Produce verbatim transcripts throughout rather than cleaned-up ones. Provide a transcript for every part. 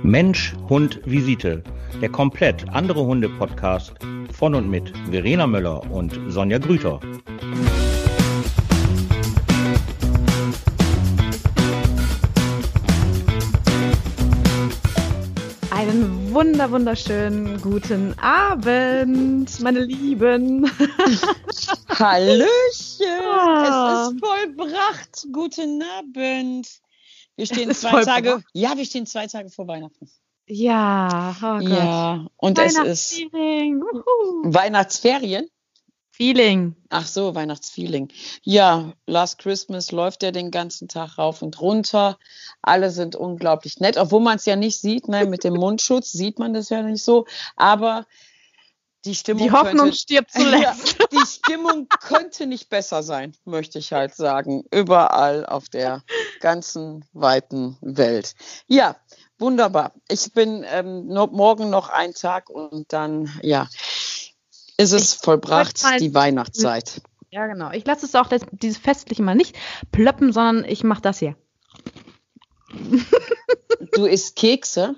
Mensch, Hund, Visite. Der komplett andere Hunde-Podcast von und mit Verena Möller und Sonja Grüter. Einen wunder wunderschönen guten Abend, meine Lieben. Hallöchen, Ah. es ist vollbracht. Guten Abend. Wir stehen ist zwei vollbracht? Tage, ja, wir stehen zwei Tage vor Weihnachten. Ja, oh Gott. Ja, und es ist Weihnachtsfeeling. Wuhu. Weihnachtsferien. Feeling. Ach so, Weihnachtsfeeling. Ja, Last Christmas läuft ja den ganzen Tag rauf und runter. Alle sind unglaublich nett, obwohl man es ja nicht sieht, ne? Mit dem Mundschutz sieht man das ja nicht so. Aber die Stimmung Die Hoffnung könnte, stirbt zuletzt. Ja, die Stimmung könnte nicht besser sein, möchte ich halt sagen. Überall auf der ganzen weiten Welt. Ja, wunderbar. Ich bin ähm, no, morgen noch ein Tag und dann, ja, ist es Ich vollbracht, wollte mal- die Weihnachtszeit. Ja, genau. Ich lasse es auch das, dieses Festliche mal nicht plöppen, sondern ich mache das hier. Du isst Kekse?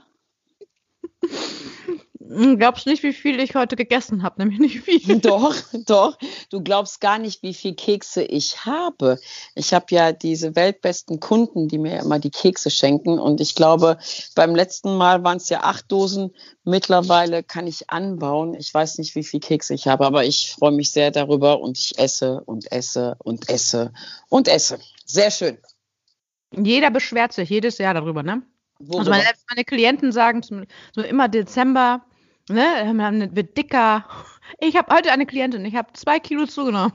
Hm, Glaubst nicht, wie viel ich heute gegessen habe? Nämlich nicht viel. Doch, doch. Du glaubst gar nicht, wie viel Kekse ich habe. Ich habe ja diese weltbesten Kunden, die mir immer die Kekse schenken. Und ich glaube, beim letzten Mal waren es ja acht Dosen. Mittlerweile kann ich anbauen. Ich weiß nicht, wie viel Kekse ich habe, aber ich freue mich sehr darüber. Und ich esse und esse und esse und esse. Sehr schön. Jeder beschwert sich jedes Jahr darüber, ne? Worüber? Also meine, meine Klienten sagen zum, so immer Dezember, ne, man wird dicker. Ich habe heute eine Klientin, ich habe zwei Kilo zugenommen.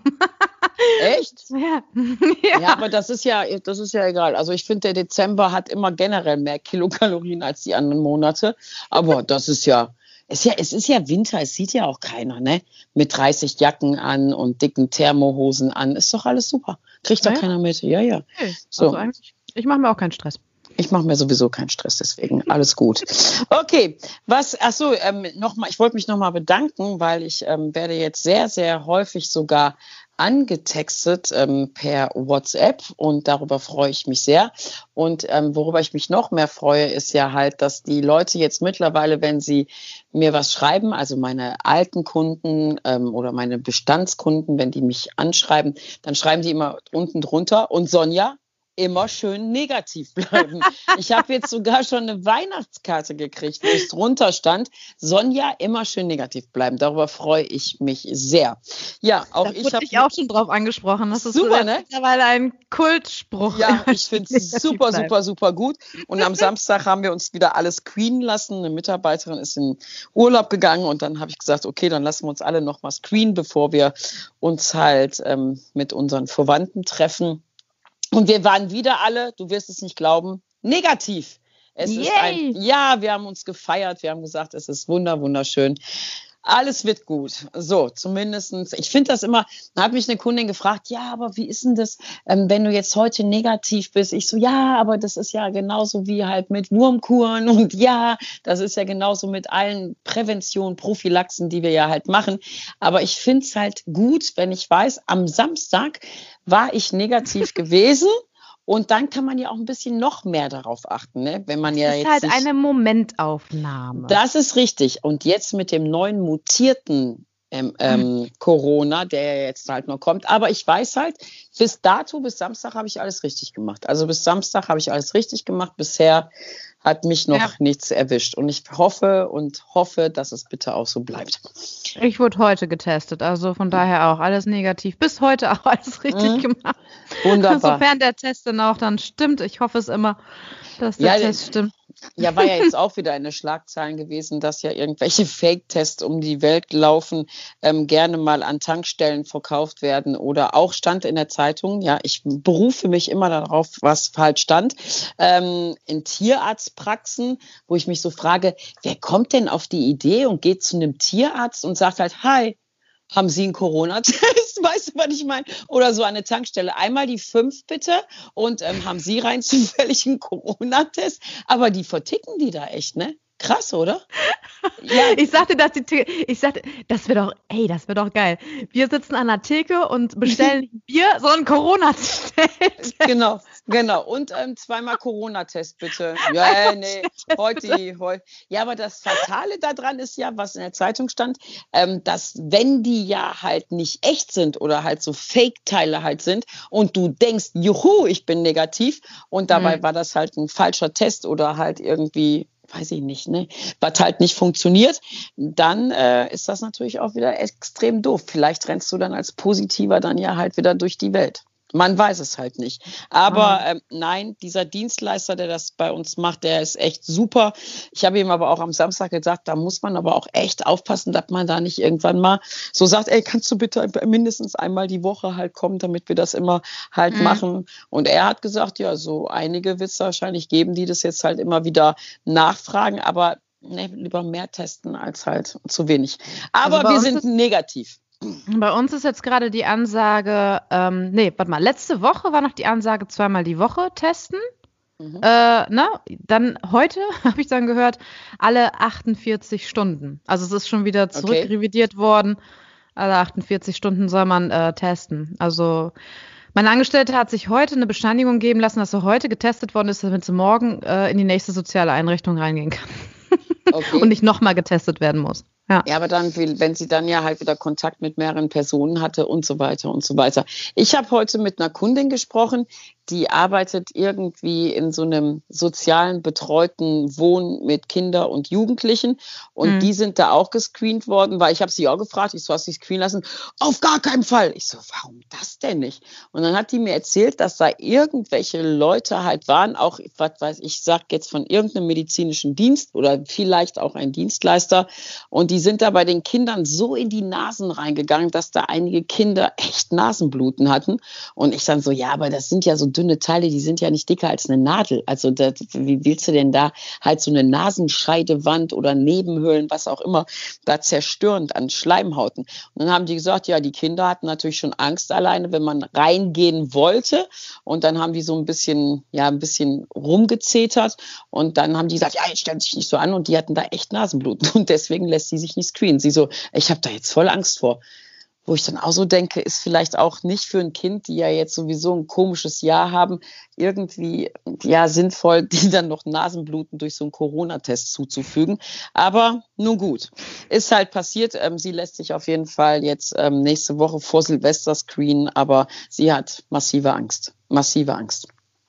Echt? Ja. Ja, aber das ist ja, das ist ja egal. Also ich finde, der Dezember hat immer generell mehr Kilokalorien als die anderen Monate. Aber das ist ja, ist ja, es ist ja Winter, es sieht ja auch keiner, ne? Mit dreißig Jacken an und dicken Thermohosen an. Ist doch alles super. Kriegt doch Ja, ja. keiner mit. Ja, ja. Okay. So. Also eigentlich, ich mache mir auch keinen Stress. Ich mache mir sowieso keinen Stress, deswegen alles gut. Okay, was, ach so, ähm, noch mal, ich wollte mich nochmal bedanken, weil ich ähm, werde jetzt sehr, sehr häufig sogar angetextet ähm, per WhatsApp und darüber freue ich mich sehr. Und ähm, worüber ich mich noch mehr freue, ist ja halt, dass die Leute jetzt mittlerweile, wenn sie mir was schreiben, also meine alten Kunden ähm, oder meine Bestandskunden, wenn die mich anschreiben, dann schreiben die immer unten drunter und Sonja, immer schön negativ bleiben. Ich habe jetzt sogar schon eine Weihnachtskarte gekriegt, wo es drunter stand, Sonja, immer schön negativ bleiben. Darüber freue ich mich sehr. Ja, auch Da ich wurde habe ich auch schon drauf angesprochen. Das ist Super, so ne? mittlerweile ein Kultspruch. Ja, ich finde es Negativ super, bleiben. super, super gut. Und am Samstag haben wir uns wieder alles screenen lassen. Eine Mitarbeiterin ist in Urlaub gegangen und dann habe ich gesagt, okay, dann lassen wir uns alle noch mal screenen, bevor wir uns halt ähm, mit unseren Verwandten treffen. Und wir waren wieder alle, du wirst es nicht glauben, negativ. Es ist ein, ja, wir haben uns gefeiert, wir haben gesagt, es ist wunder, wunderschön. Alles wird gut. So, zumindestens. Ich finde das immer, da hat mich eine Kundin gefragt, ja, aber wie ist denn das, ähm, wenn du jetzt heute negativ bist? Ich so, ja, aber das ist ja genauso wie halt mit Wurmkuren und ja, das ist ja genauso mit allen Prävention, Prophylaxen, die wir ja halt machen. Aber ich finde es halt gut, wenn ich weiß, am Samstag war ich negativ gewesen. Und dann kann man ja auch ein bisschen noch mehr darauf achten, ne? Wenn man ja Das ist jetzt halt sich, eine Momentaufnahme. das ist richtig. Und jetzt mit dem neuen mutierten ähm, ähm, Corona, der ja jetzt halt noch kommt. Aber ich weiß halt, bis dato, bis Samstag habe ich alles richtig gemacht. Also bis Samstag habe ich alles richtig gemacht. Bisher hat mich noch Ja. nichts erwischt. Und ich hoffe und hoffe, dass es bitte auch so bleibt. Ich wurde heute getestet, also von daher auch alles negativ. Bis heute auch alles richtig Mhm. gemacht. Wunderbar. Sofern der Test dann auch dann stimmt. Ich hoffe es immer, dass der Ja, Test stimmt. Ja, war ja jetzt auch wieder in den Schlagzeilen gewesen, dass ja irgendwelche Fake-Tests um die Welt laufen, ähm, gerne mal an Tankstellen verkauft werden oder auch stand in der Zeitung, ja, ich berufe mich immer darauf, was halt stand, ähm, in Tierarztpraxen, wo ich mich so frage, wer kommt denn auf die Idee und geht zu einem Tierarzt und sagt halt, hi, haben Sie einen Corona-Test? Weißt du, was ich meine? Oder so eine Tankstelle. Einmal die fünf bitte und ähm, haben Sie rein zufällig einen Corona-Test? Aber die verticken die da echt, ne? Krass, oder? Ja. Ich sagte, dass die Theke, ich sagte, das wäre doch, ey, das wäre doch geil. Wir sitzen an der Theke und bestellen Bier, so ein Corona-Test. Genau, genau. Und ähm, zweimal Corona-Test, bitte. Ja, nee, heute, heute. Ja, aber das Fatale daran ist ja, was in der Zeitung stand, ähm, dass wenn die ja halt nicht echt sind oder halt so Fake-Teile halt sind und du denkst, juhu, ich bin negativ und dabei mhm. war das halt ein falscher Test oder halt irgendwie, weiß ich nicht, ne, was halt nicht funktioniert, dann äh, ist das natürlich auch wieder extrem doof. Vielleicht rennst du dann als Positiver dann ja halt wieder durch die Welt. Man weiß es halt nicht. Aber mhm. ähm, nein, dieser Dienstleister, der das bei uns macht, der ist echt super. Ich habe ihm aber auch am Samstag gesagt, da muss man aber auch echt aufpassen, dass man da nicht irgendwann mal so sagt, ey, kannst du bitte mindestens einmal die Woche halt kommen, damit wir das immer halt mhm. machen. Und er hat gesagt, ja, so einige wird es wahrscheinlich geben, die das jetzt halt immer wieder nachfragen, aber ne, lieber mehr testen als halt zu wenig. Aber also wir sind negativ. Bei uns ist jetzt gerade die Ansage, ähm, nee, warte mal, letzte Woche war noch die Ansage, zweimal die Woche testen. Mhm. Äh, ne? Dann heute habe ich dann gehört, alle achtundvierzig Stunden. Also es ist schon wieder zurückrevidiert okay. worden. Alle achtundvierzig Stunden soll man äh, testen. Also meine Angestellte hat sich heute eine Bescheinigung geben lassen, dass er heute getestet worden ist, damit sie morgen äh, in die nächste soziale Einrichtung reingehen kann. Okay. Und nicht nochmal getestet werden muss. Ja. ja, aber dann, wenn sie dann ja halt wieder Kontakt mit mehreren Personen hatte und so weiter und so weiter. Ich habe heute mit einer Kundin gesprochen, die arbeitet irgendwie in so einem sozialen, betreuten Wohnen mit Kindern und Jugendlichen und mhm. die sind da auch gescreent worden, weil ich habe sie auch gefragt, ich so, hast du dich screenen lassen? Auf gar keinen Fall. Ich so, warum das denn nicht? Und dann hat die mir erzählt, dass da irgendwelche Leute halt waren, auch, was weiß ich, ich sag jetzt von irgendeinem medizinischen Dienst oder vielleicht auch ein Dienstleister und die sind da bei den Kindern so in die Nasen reingegangen, dass da einige Kinder echt Nasenbluten hatten. Und ich dann so, ja, aber das sind ja so dünne Teile, die sind ja nicht dicker als eine Nadel. Also das, wie willst du denn da halt so eine Nasenscheidewand oder Nebenhöhlen, was auch immer, da zerstörend an Schleimhauten. Und dann haben die gesagt, ja, die Kinder hatten natürlich schon Angst alleine, wenn man reingehen wollte. Und dann haben die so ein bisschen, ja, ein bisschen rumgezetert. Und dann haben die gesagt, ja, jetzt stellen sich nicht so an. Und die hatten da echt Nasenbluten. Und deswegen lässt sie sich nicht screenen. Sie so, ich habe da jetzt voll Angst vor. Wo ich dann auch so denke, ist vielleicht auch nicht für ein Kind, die ja jetzt sowieso ein komisches Jahr haben, irgendwie ja sinnvoll, die dann noch Nasenbluten durch so einen Corona-Test zuzufügen. Aber nun gut, ist halt passiert. Ähm, sie lässt sich auf jeden Fall jetzt ähm, nächste Woche vor Silvester screenen, aber sie hat massive Angst. Massive Angst.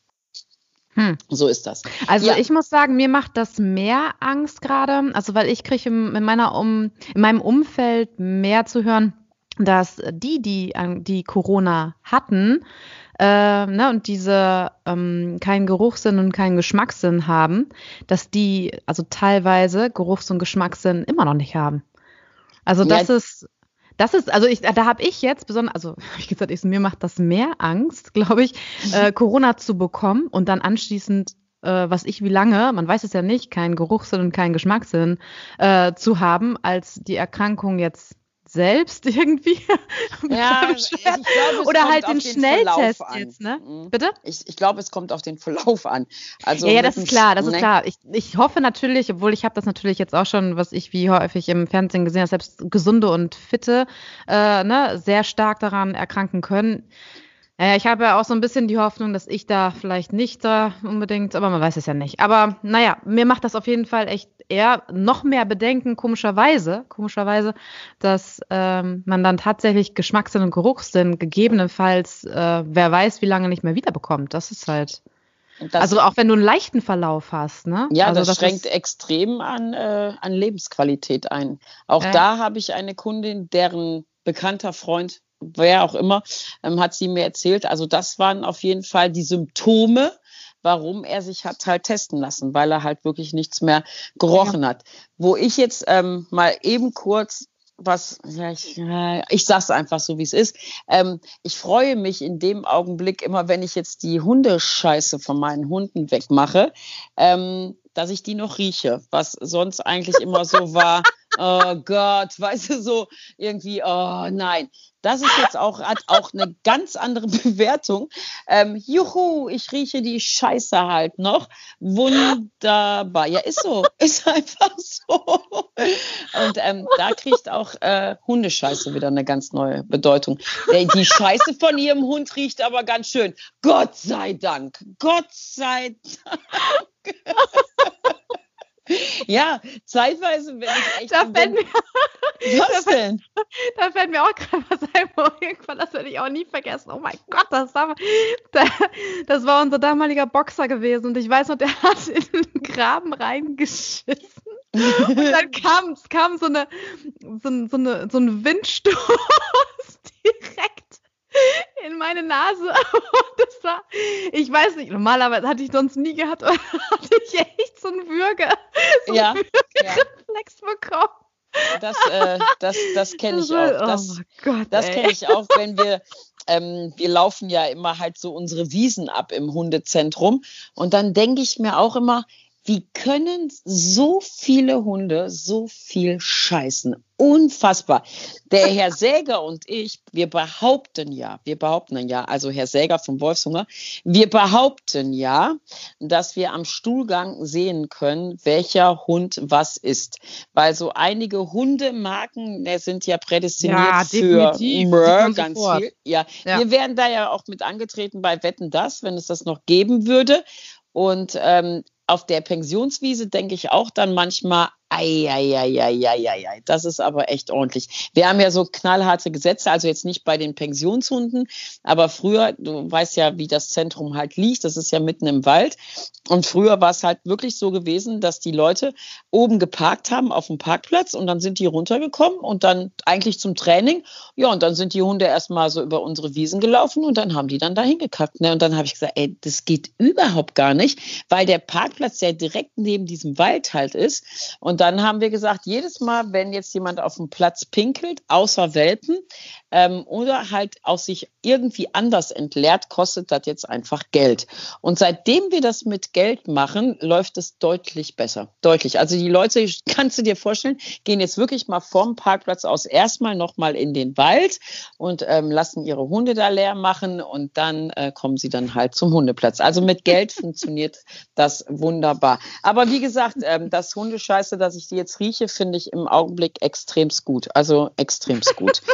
Hm. So ist das. Also ja. Ich muss sagen, mir macht das mehr Angst gerade, also weil ich kriege in, in, meiner um, in meinem Umfeld mehr zu hören, dass die, die, die Corona hatten äh, ne, und diese ähm, keinen Geruchssinn und keinen Geschmackssinn haben, dass die also teilweise Geruchs- und Geschmackssinn immer noch nicht haben. Also das ja. ist Das ist, also ich, da habe ich jetzt besonders, also wie gesagt, ich, mir macht das mehr Angst, glaube ich, äh, Corona zu bekommen und dann anschließend, äh, was ich wie lange, man weiß es ja nicht, keinen Geruchssinn und keinen Geschmackssinn äh, zu haben, als die Erkrankung jetzt selbst irgendwie. Ja, ich glaube, oder halt den, den Schnelltest jetzt, ne? Mhm. Bitte? Ich, ich glaube, es kommt auf den Verlauf an. Also ja, ja, das ist klar, das ist klar. Ich, ich hoffe natürlich, obwohl ich habe das natürlich jetzt auch schon, was ich wie häufig im Fernsehen gesehen habe, selbst gesunde und fitte, äh, ne, sehr stark daran erkranken können. Naja, ich habe ja auch so ein bisschen die Hoffnung, dass ich da vielleicht nicht da unbedingt, aber man weiß es ja nicht. Aber naja, mir macht das auf jeden Fall echt eher noch mehr Bedenken, komischerweise, komischerweise, dass ähm, man dann tatsächlich Geschmackssinn und Geruchssinn gegebenenfalls, äh, wer weiß, wie lange nicht mehr wiederbekommt. Das ist halt, das, also auch wenn du einen leichten Verlauf hast, ne? Ja, also das, das schränkt ist, extrem an, äh, an Lebensqualität ein. Auch äh, da habe ich eine Kundin, deren bekannter Freund, wer auch immer, ähm, hat sie mir erzählt, also das waren auf jeden Fall die Symptome, warum er sich hat halt testen lassen, weil er halt wirklich nichts mehr gerochen ja. hat. Wo ich jetzt ähm, mal eben kurz was, ja, ich, äh, ich sag's einfach so, wie es ist. Ähm, ich freue mich in dem Augenblick immer, wenn ich jetzt die Hundescheiße von meinen Hunden wegmache, ähm, dass ich die noch rieche, was sonst eigentlich immer so war, Oh Gott, weißt du, so irgendwie, oh nein. Das ist jetzt auch, hat auch eine ganz andere Bewertung. Ähm, juhu, ich rieche die Scheiße halt noch. Wunderbar. Ja, ist so. Ist einfach so. Und ähm, da kriegt auch äh, Hundescheiße wieder eine ganz neue Bedeutung. Die, die Scheiße von ihrem Hund riecht aber ganz schön. Gott sei Dank. Gott sei Dank. Ja, zeitweise, wenn ich echt... Da fällt mir, was denn? Da fällt mir auch gerade was ein, wo irgendwann, das werde ich auch nie vergessen. Oh mein Gott, das war, das war unser damaliger Boxer gewesen. Und ich weiß noch, der hat in den Graben reingeschissen. Und dann kam, kam so, eine, so, so, eine, so ein Windstoß direkt in meine Nase. Und das war, ich weiß nicht, normalerweise hatte ich sonst nie gehabt, aber hatte ich echt so einen Würge, so ja, einen Würgereflex ja. bekommen. Das, äh, das, das kenne ich auch. Das, oh Gott, das kenne ich auch, wenn wir, ähm, wir laufen ja immer halt so unsere Wiesen ab im Hundezentrum. Und dann denke ich mir auch immer, wie können so viele Hunde so viel scheißen? Unfassbar. Der Herr Säger und ich, wir behaupten ja, wir behaupten ja, also Herr Säger vom Wolfshunger, wir behaupten ja, dass wir am Stuhlgang sehen können, welcher Hund was ist. Weil so einige Hundemarken, die sind ja prädestiniert ja, für Mör, ganz viel. Ja. Ja. Wir wären da ja auch mit angetreten bei Wetten, das, wenn es das noch geben würde. Und ähm, auf der Pensionswiese denke ich auch dann manchmal, ei, ei, ei, ei, ei, ei, ei, das ist aber echt ordentlich. Wir haben ja so knallharte Gesetze, also jetzt nicht bei den Pensionshunden, aber früher, du weißt ja, wie das Zentrum halt liegt, das ist ja mitten im Wald. Und früher war es halt wirklich so gewesen, dass die Leute oben geparkt haben auf dem Parkplatz und dann sind die runtergekommen und dann eigentlich zum Training. Ja, und dann sind die Hunde erstmal so über unsere Wiesen gelaufen und dann haben die dann dahin gekackt. Ne? Und dann habe ich gesagt, ey, das geht überhaupt gar nicht, weil der Parkplatz ja direkt neben diesem Wald halt ist. Und dann haben wir gesagt, jedes Mal, wenn jetzt jemand auf dem Platz pinkelt, außer Welpen, ähm, oder halt auch sich irgendwie anders entleert, kostet das jetzt einfach Geld. Und seitdem wir das mit Geld machen, läuft es deutlich besser. Deutlich. Also die Leute, kannst du dir vorstellen, gehen jetzt wirklich mal vom Parkplatz aus erstmal nochmal in den Wald und ähm, lassen ihre Hunde da leer machen und dann äh, kommen sie dann halt zum Hundeplatz. Also mit Geld funktioniert das wunderbar. Aber wie gesagt, ähm, das Hundescheiße, dass ich die jetzt rieche, finde ich im Augenblick extremst gut. Also extremst gut.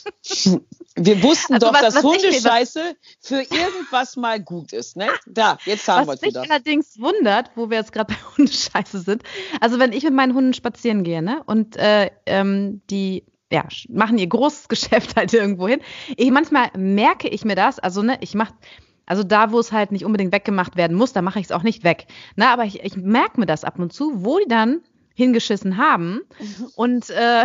Wir wussten also doch, was, dass was Hundescheiße ich, für irgendwas mal gut ist. Ne? Da, jetzt haben wir es wieder. Was mich allerdings wundert, wo wir jetzt gerade bei Hundescheiße sind, also wenn ich mit meinen Hunden spazieren gehe, ne, und äh, ähm, die ja, machen ihr großes Geschäft halt irgendwo hin. Ich, manchmal merke ich mir das, also ne, ich mache Also da, wo es halt nicht unbedingt weggemacht werden muss, da mache ich es auch nicht weg. Na, aber ich, ich merke mir das ab und zu, wo die dann hingeschissen haben. Mhm. Und, äh,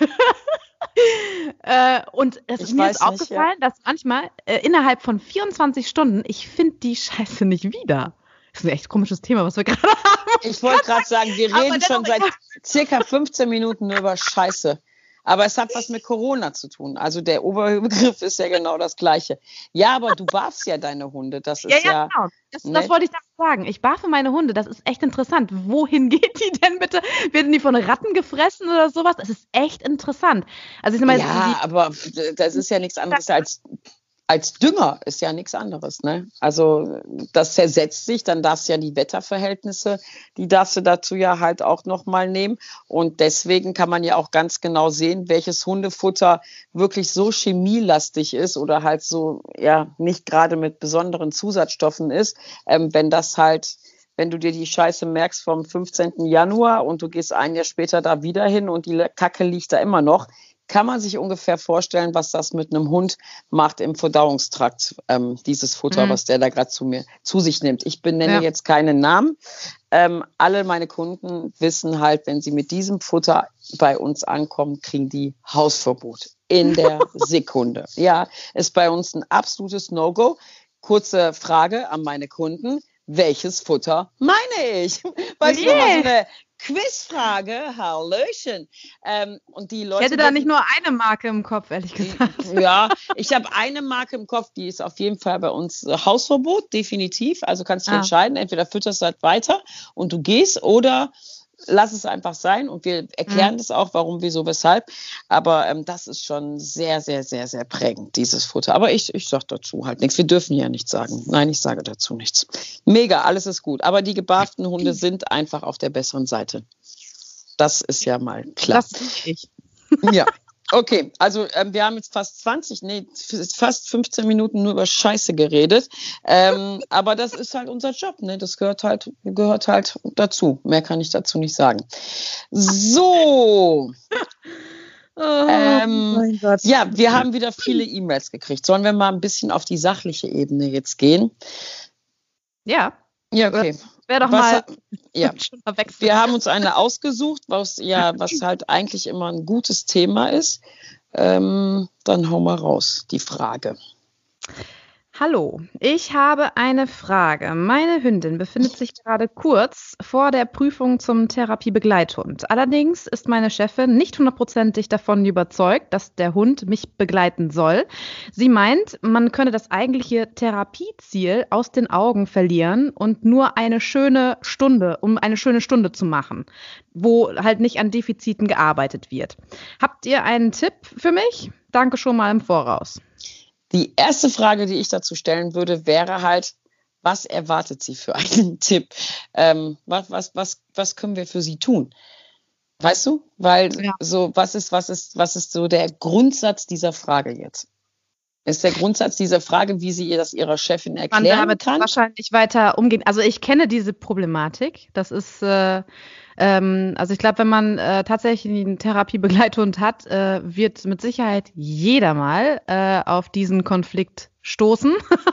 äh, und es ist mir ist aufgefallen, ja. dass manchmal äh, innerhalb von vierundzwanzig Stunden, ich finde die Scheiße nicht wieder. Das ist ein echt komisches Thema, was wir gerade haben. Ich wollte gerade sagen, wir reden schon seit circa fünfzehn Minuten nur über Scheiße. Aber es hat was mit Corona zu tun. Also der Oberbegriff ist ja genau das Gleiche. Ja, aber du barfst ja deine Hunde. Das ist ja, ja, ja genau. Das, ne? das wollte ich damit sagen. Ich barfe meine Hunde. Das ist echt interessant. Wohin geht die denn bitte? Werden die von Ratten gefressen oder sowas? Das ist echt interessant. Also ich sag mal, ja, die, aber das ist ja nichts anderes als... Als Dünger ist ja nichts anderes, ne? Also das zersetzt sich, dann darfst du ja die Wetterverhältnisse, die darfst du dazu ja halt auch nochmal nehmen. Und deswegen kann man ja auch ganz genau sehen, welches Hundefutter wirklich so chemielastig ist oder halt so, ja, nicht gerade mit besonderen Zusatzstoffen ist. Ähm, wenn das halt, wenn du dir die Scheiße merkst vom fünfzehnten Januar und du gehst ein Jahr später da wieder hin und die Kacke liegt da immer noch, kann man sich ungefähr vorstellen, was das mit einem Hund macht im Verdauungstrakt, ähm, dieses Futter, mhm. was der da gerade zu mir zu sich nimmt. Ich benenne ja. jetzt keinen Namen. Ähm, alle meine Kunden wissen halt, wenn sie mit diesem Futter bei uns ankommen, kriegen die Hausverbot in der Sekunde. Ja, ist bei uns ein absolutes No-Go. Kurze Frage an meine Kunden. Welches Futter meine ich? Weißt yeah. du, mal so eine Quizfrage, Hallöchen. Ähm, und die Leute ich hätte da nicht nur eine Marke im Kopf, ehrlich gesagt. Ja, ich habe eine Marke im Kopf, die ist auf jeden Fall bei uns Hausverbot, definitiv. Also kannst du ah. entscheiden, entweder fütterst du halt weiter und du gehst oder lass es einfach sein und wir erklären Mhm. das auch, warum, wieso, weshalb. Aber ähm, das ist schon sehr, sehr, sehr, sehr prägend, dieses Futter. Aber ich, ich sage dazu halt nichts. Wir dürfen ja nichts sagen. Nein, ich sage dazu nichts. Mega, alles ist gut. Aber die gebarften Hunde sind einfach auf der besseren Seite. Das ist ja mal klar. Das bin ich. Ja. Okay, also ähm, wir haben jetzt fast zwanzig, nee, f- fast fünfzehn Minuten nur über Scheiße geredet. Ähm, aber das ist halt unser Job, ne? Das gehört halt, gehört halt dazu. Mehr kann ich dazu nicht sagen. So, Oh, ähm, mein Gott. ja, wir haben wieder viele E-Mails gekriegt. Sollen wir mal ein bisschen auf die sachliche Ebene jetzt gehen? Ja, Ja, okay. wäre doch Was mal hat- ja. schon mal wechseln. Wir haben uns eine ausgesucht, was ja, was halt eigentlich immer ein gutes Thema ist. Ähm, dann hau mal raus, die Frage. Hallo, ich habe eine Frage. Meine Hündin befindet sich gerade kurz vor der Prüfung zum Therapiebegleithund. Allerdings ist meine Chefin nicht hundertprozentig davon überzeugt, dass der Hund mich begleiten soll. Sie meint, man könne das eigentliche Therapieziel aus den Augen verlieren und nur eine schöne Stunde, um eine schöne Stunde zu machen, wo halt nicht an Defiziten gearbeitet wird. Habt ihr einen Tipp für mich? Danke schon mal im Voraus. Die erste Frage, die ich dazu stellen würde, wäre halt, was erwartet sie für einen Tipp? Ähm, was, was, was, was können wir für sie tun? Weißt du? Weil Ja. so, was ist, was ist, was ist so der Grundsatz dieser Frage jetzt? Ist der Grundsatz dieser Frage, wie sie ihr das ihrer Chefin Man erklären damit kann? wahrscheinlich weiter umgehen. Also ich kenne diese Problematik. Das ist, äh, ähm, also ich glaube, wenn man äh, tatsächlich einen Therapiebegleithund hat, äh, wird mit Sicherheit jeder mal äh, auf diesen Konflikt stoßen,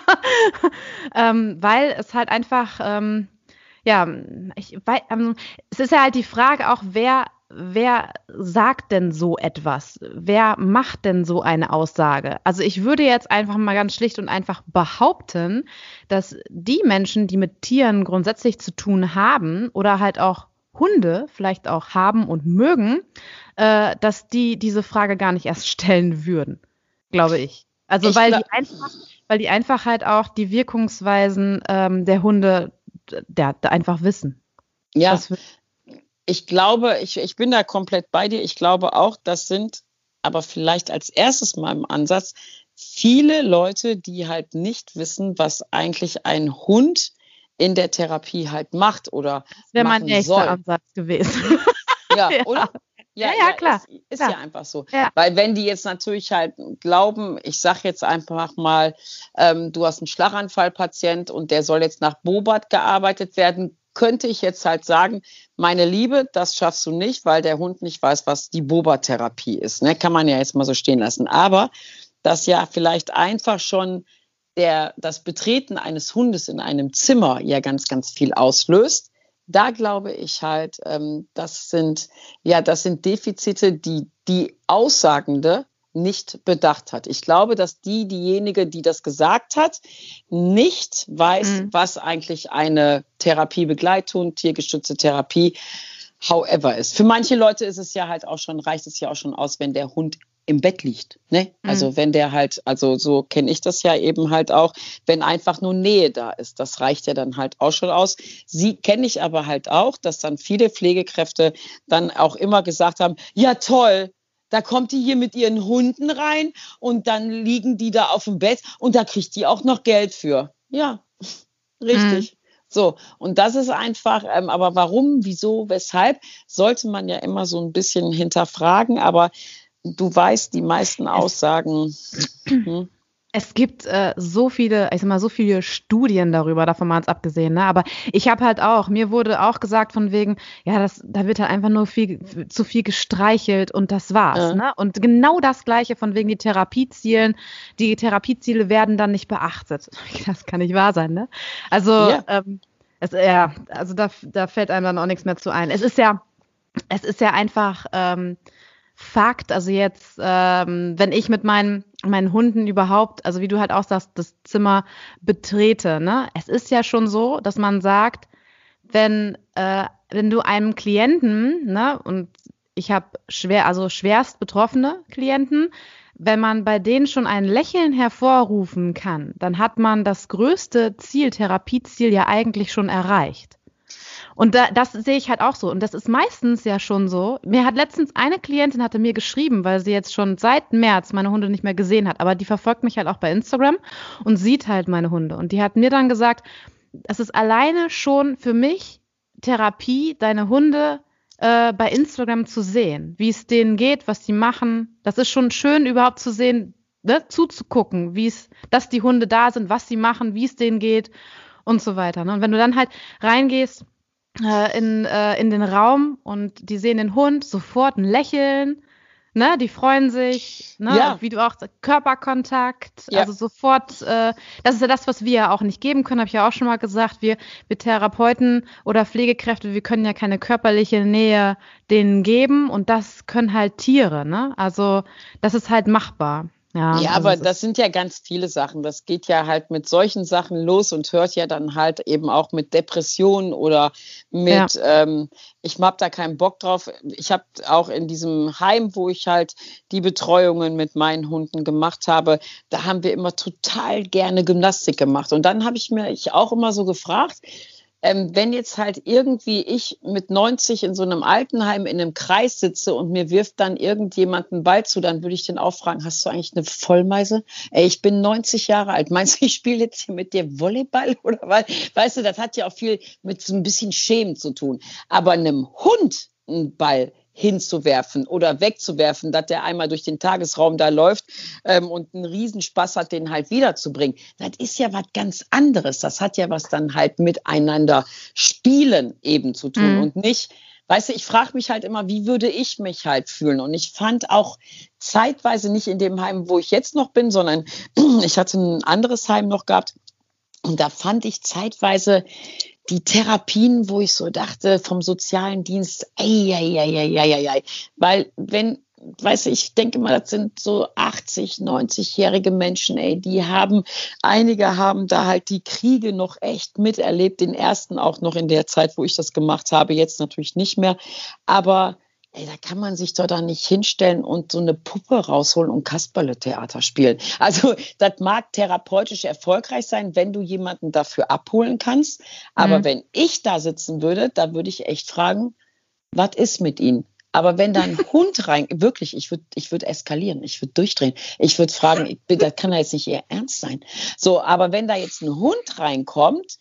ähm, weil es halt einfach, ähm, ja, ich, weil, ähm, es ist ja halt die Frage auch, wer Wer sagt denn so etwas? Wer macht denn so eine Aussage? Also ich würde jetzt einfach mal ganz schlicht und einfach behaupten, dass die Menschen, die mit Tieren grundsätzlich zu tun haben oder halt auch Hunde vielleicht auch haben und mögen, äh, dass die diese Frage gar nicht erst stellen würden, glaube ich. Also Ich weil gla- die einfach, weil die einfach halt auch die Wirkungsweisen ähm, der Hunde der, der einfach wissen. Ja, Das wür- ich glaube, ich, ich bin da komplett bei dir. Ich glaube auch, das sind aber vielleicht als erstes mal im Ansatz viele Leute, die halt nicht wissen, was eigentlich ein Hund in der Therapie halt macht oder Das wäre mein machen nächster soll. Ansatz gewesen. Ja, Ja. oder? Ja, ja, klar, Ist, ist klar. ja einfach so. Ja. Weil wenn die jetzt natürlich halt glauben, ich sag jetzt einfach mal, ähm, du hast einen Schlaganfallpatient und der soll jetzt nach Bobat gearbeitet werden, könnte ich jetzt halt sagen, meine Liebe, das schaffst du nicht, weil der Hund nicht weiß, was die Bobat-Therapie ist. Ne? Kann man ja jetzt mal so stehen lassen. Aber dass ja vielleicht einfach schon der, das Betreten eines Hundes in einem Zimmer ja ganz, ganz viel auslöst. Da glaube ich halt, ähm, das sind, ja, das sind Defizite, die die Aussagende nicht bedacht hat. Ich glaube, dass die, diejenige, die das gesagt hat, nicht weiß, Mhm. was eigentlich eine Therapiebegleitung, tiergestützte Therapie, however ist. Für manche Leute ist es ja halt auch schon, reicht es ja auch schon aus, wenn der Hund im Bett liegt, ne? Mhm. Also wenn der halt, also so kenne ich das ja eben halt auch, wenn einfach nur Nähe da ist, das reicht ja dann halt auch schon aus. Sie kenne ich aber halt auch, dass dann viele Pflegekräfte dann auch immer gesagt haben, ja toll, da kommt die hier mit ihren Hunden rein und dann liegen die da auf dem Bett und da kriegt die auch noch Geld für. Ja, richtig. So, und das ist einfach, ähm, aber warum, wieso, weshalb, sollte man ja immer so ein bisschen hinterfragen, aber du weißt, die meisten Aussagen. Hm? Es gibt äh, so viele, ich sag mal, so viele Studien darüber, davon mal jetzt abgesehen, ne? Aber ich habe halt auch, mir wurde auch gesagt von wegen, ja, das, da wird halt einfach nur viel, zu viel gestreichelt und das war's, Ja. ne? Und genau das Gleiche von wegen die Therapiezielen, die Therapieziele werden dann nicht beachtet. Das kann nicht wahr sein, ne? Also, Ja. ähm, es, ja, also da, da fällt einem dann auch nichts mehr zu ein. Es ist ja, es ist ja einfach, ähm, Fakt, also jetzt, ähm, wenn ich mit meinen, meinen Hunden überhaupt, also wie du halt auch sagst, das Zimmer betrete, ne? Es ist ja schon so, dass man sagt, wenn, äh, wenn du einem Klienten, ne, und ich habe schwer, also schwerst betroffene Klienten, wenn man bei denen schon ein Lächeln hervorrufen kann, dann hat man das größte Ziel, Therapieziel ja eigentlich schon erreicht. Und da, das sehe ich halt auch so. Und das ist meistens ja schon so. Mir hat letztens eine Klientin hatte mir geschrieben, weil sie jetzt schon seit März meine Hunde nicht mehr gesehen hat. Aber die verfolgt mich halt auch bei Instagram und sieht halt meine Hunde. Und die hat mir dann gesagt, es ist alleine schon für mich Therapie, deine Hunde äh, bei Instagram zu sehen, wie es denen geht, was die machen. Das ist schon schön, überhaupt zu sehen, ne, zuzugucken, wie es, dass die Hunde da sind, was sie machen, wie es denen geht und so weiter. Ne? Und wenn du dann halt reingehst äh, in, äh, in den Raum und die sehen den Hund, sofort ein Lächeln, ne, die freuen sich, ne, Ja. wie du auch Körperkontakt, Ja. also sofort, äh, das ist ja das, was wir ja auch nicht geben können, habe ich ja auch schon mal gesagt, wir, wir Therapeuten oder Pflegekräfte, wir können ja keine körperliche Nähe denen geben und das können halt Tiere, ne, also das ist halt machbar. Ja, Ja, also aber es ist- das sind ja ganz viele Sachen. Das geht ja halt mit solchen Sachen los und hört ja dann halt eben auch mit Depressionen oder mit, ähm, ich hab da keinen Bock drauf. Ich habe auch in diesem Heim, wo ich halt die Betreuungen mit meinen Hunden gemacht habe, da haben wir immer total gerne Gymnastik gemacht. Und dann habe ich mir ich auch immer so gefragt, Ähm, wenn jetzt halt irgendwie ich mit neunzig in so einem Altenheim in einem Kreis sitze und mir wirft dann irgendjemand einen Ball zu, dann würde ich den auch fragen, hast du eigentlich eine Vollmeise? Ey, ich bin neunzig Jahre alt. Meinst du, ich spiele jetzt hier mit dir Volleyball? Oder was? Weißt du, das hat ja auch viel mit so ein bisschen Schämen zu tun. Aber einem Hund einen Ball hinzuwerfen oder wegzuwerfen, dass der einmal durch den Tagesraum da läuft ähm, und einen Riesenspaß hat, den halt wiederzubringen. Das ist ja was ganz anderes. Das hat ja was dann halt miteinander spielen eben zu tun Mhm. und nicht, weißt du, ich frage mich halt immer, wie würde ich mich halt fühlen? Und ich fand auch zeitweise nicht in dem Heim, wo ich jetzt noch bin, sondern ich hatte ein anderes Heim noch gehabt und da fand ich zeitweise die Therapien, wo ich so dachte, vom sozialen Dienst, ei, ei, ei, ei, ei, ei, ei. Weil wenn, weißt du, ich denke mal, das sind so achtzig, neunzig-jährige Menschen, ey, die haben, einige haben da halt die Kriege noch echt miterlebt, den ersten auch noch in der Zeit, wo ich das gemacht habe, jetzt natürlich nicht mehr, aber ey, da kann man sich doch da nicht hinstellen und so eine Puppe rausholen und Kasperle-Theater spielen. Also das mag therapeutisch erfolgreich sein, wenn du jemanden dafür abholen kannst. Aber Mhm. wenn ich da sitzen würde, da würde ich echt fragen, was ist mit ihnen? Aber wenn da ein Hund rein, wirklich, ich würde ich würd eskalieren, ich würde durchdrehen. Ich würde fragen, ich, das kann ja jetzt nicht ihr Ernst sein. So, aber wenn da jetzt ein Hund reinkommt,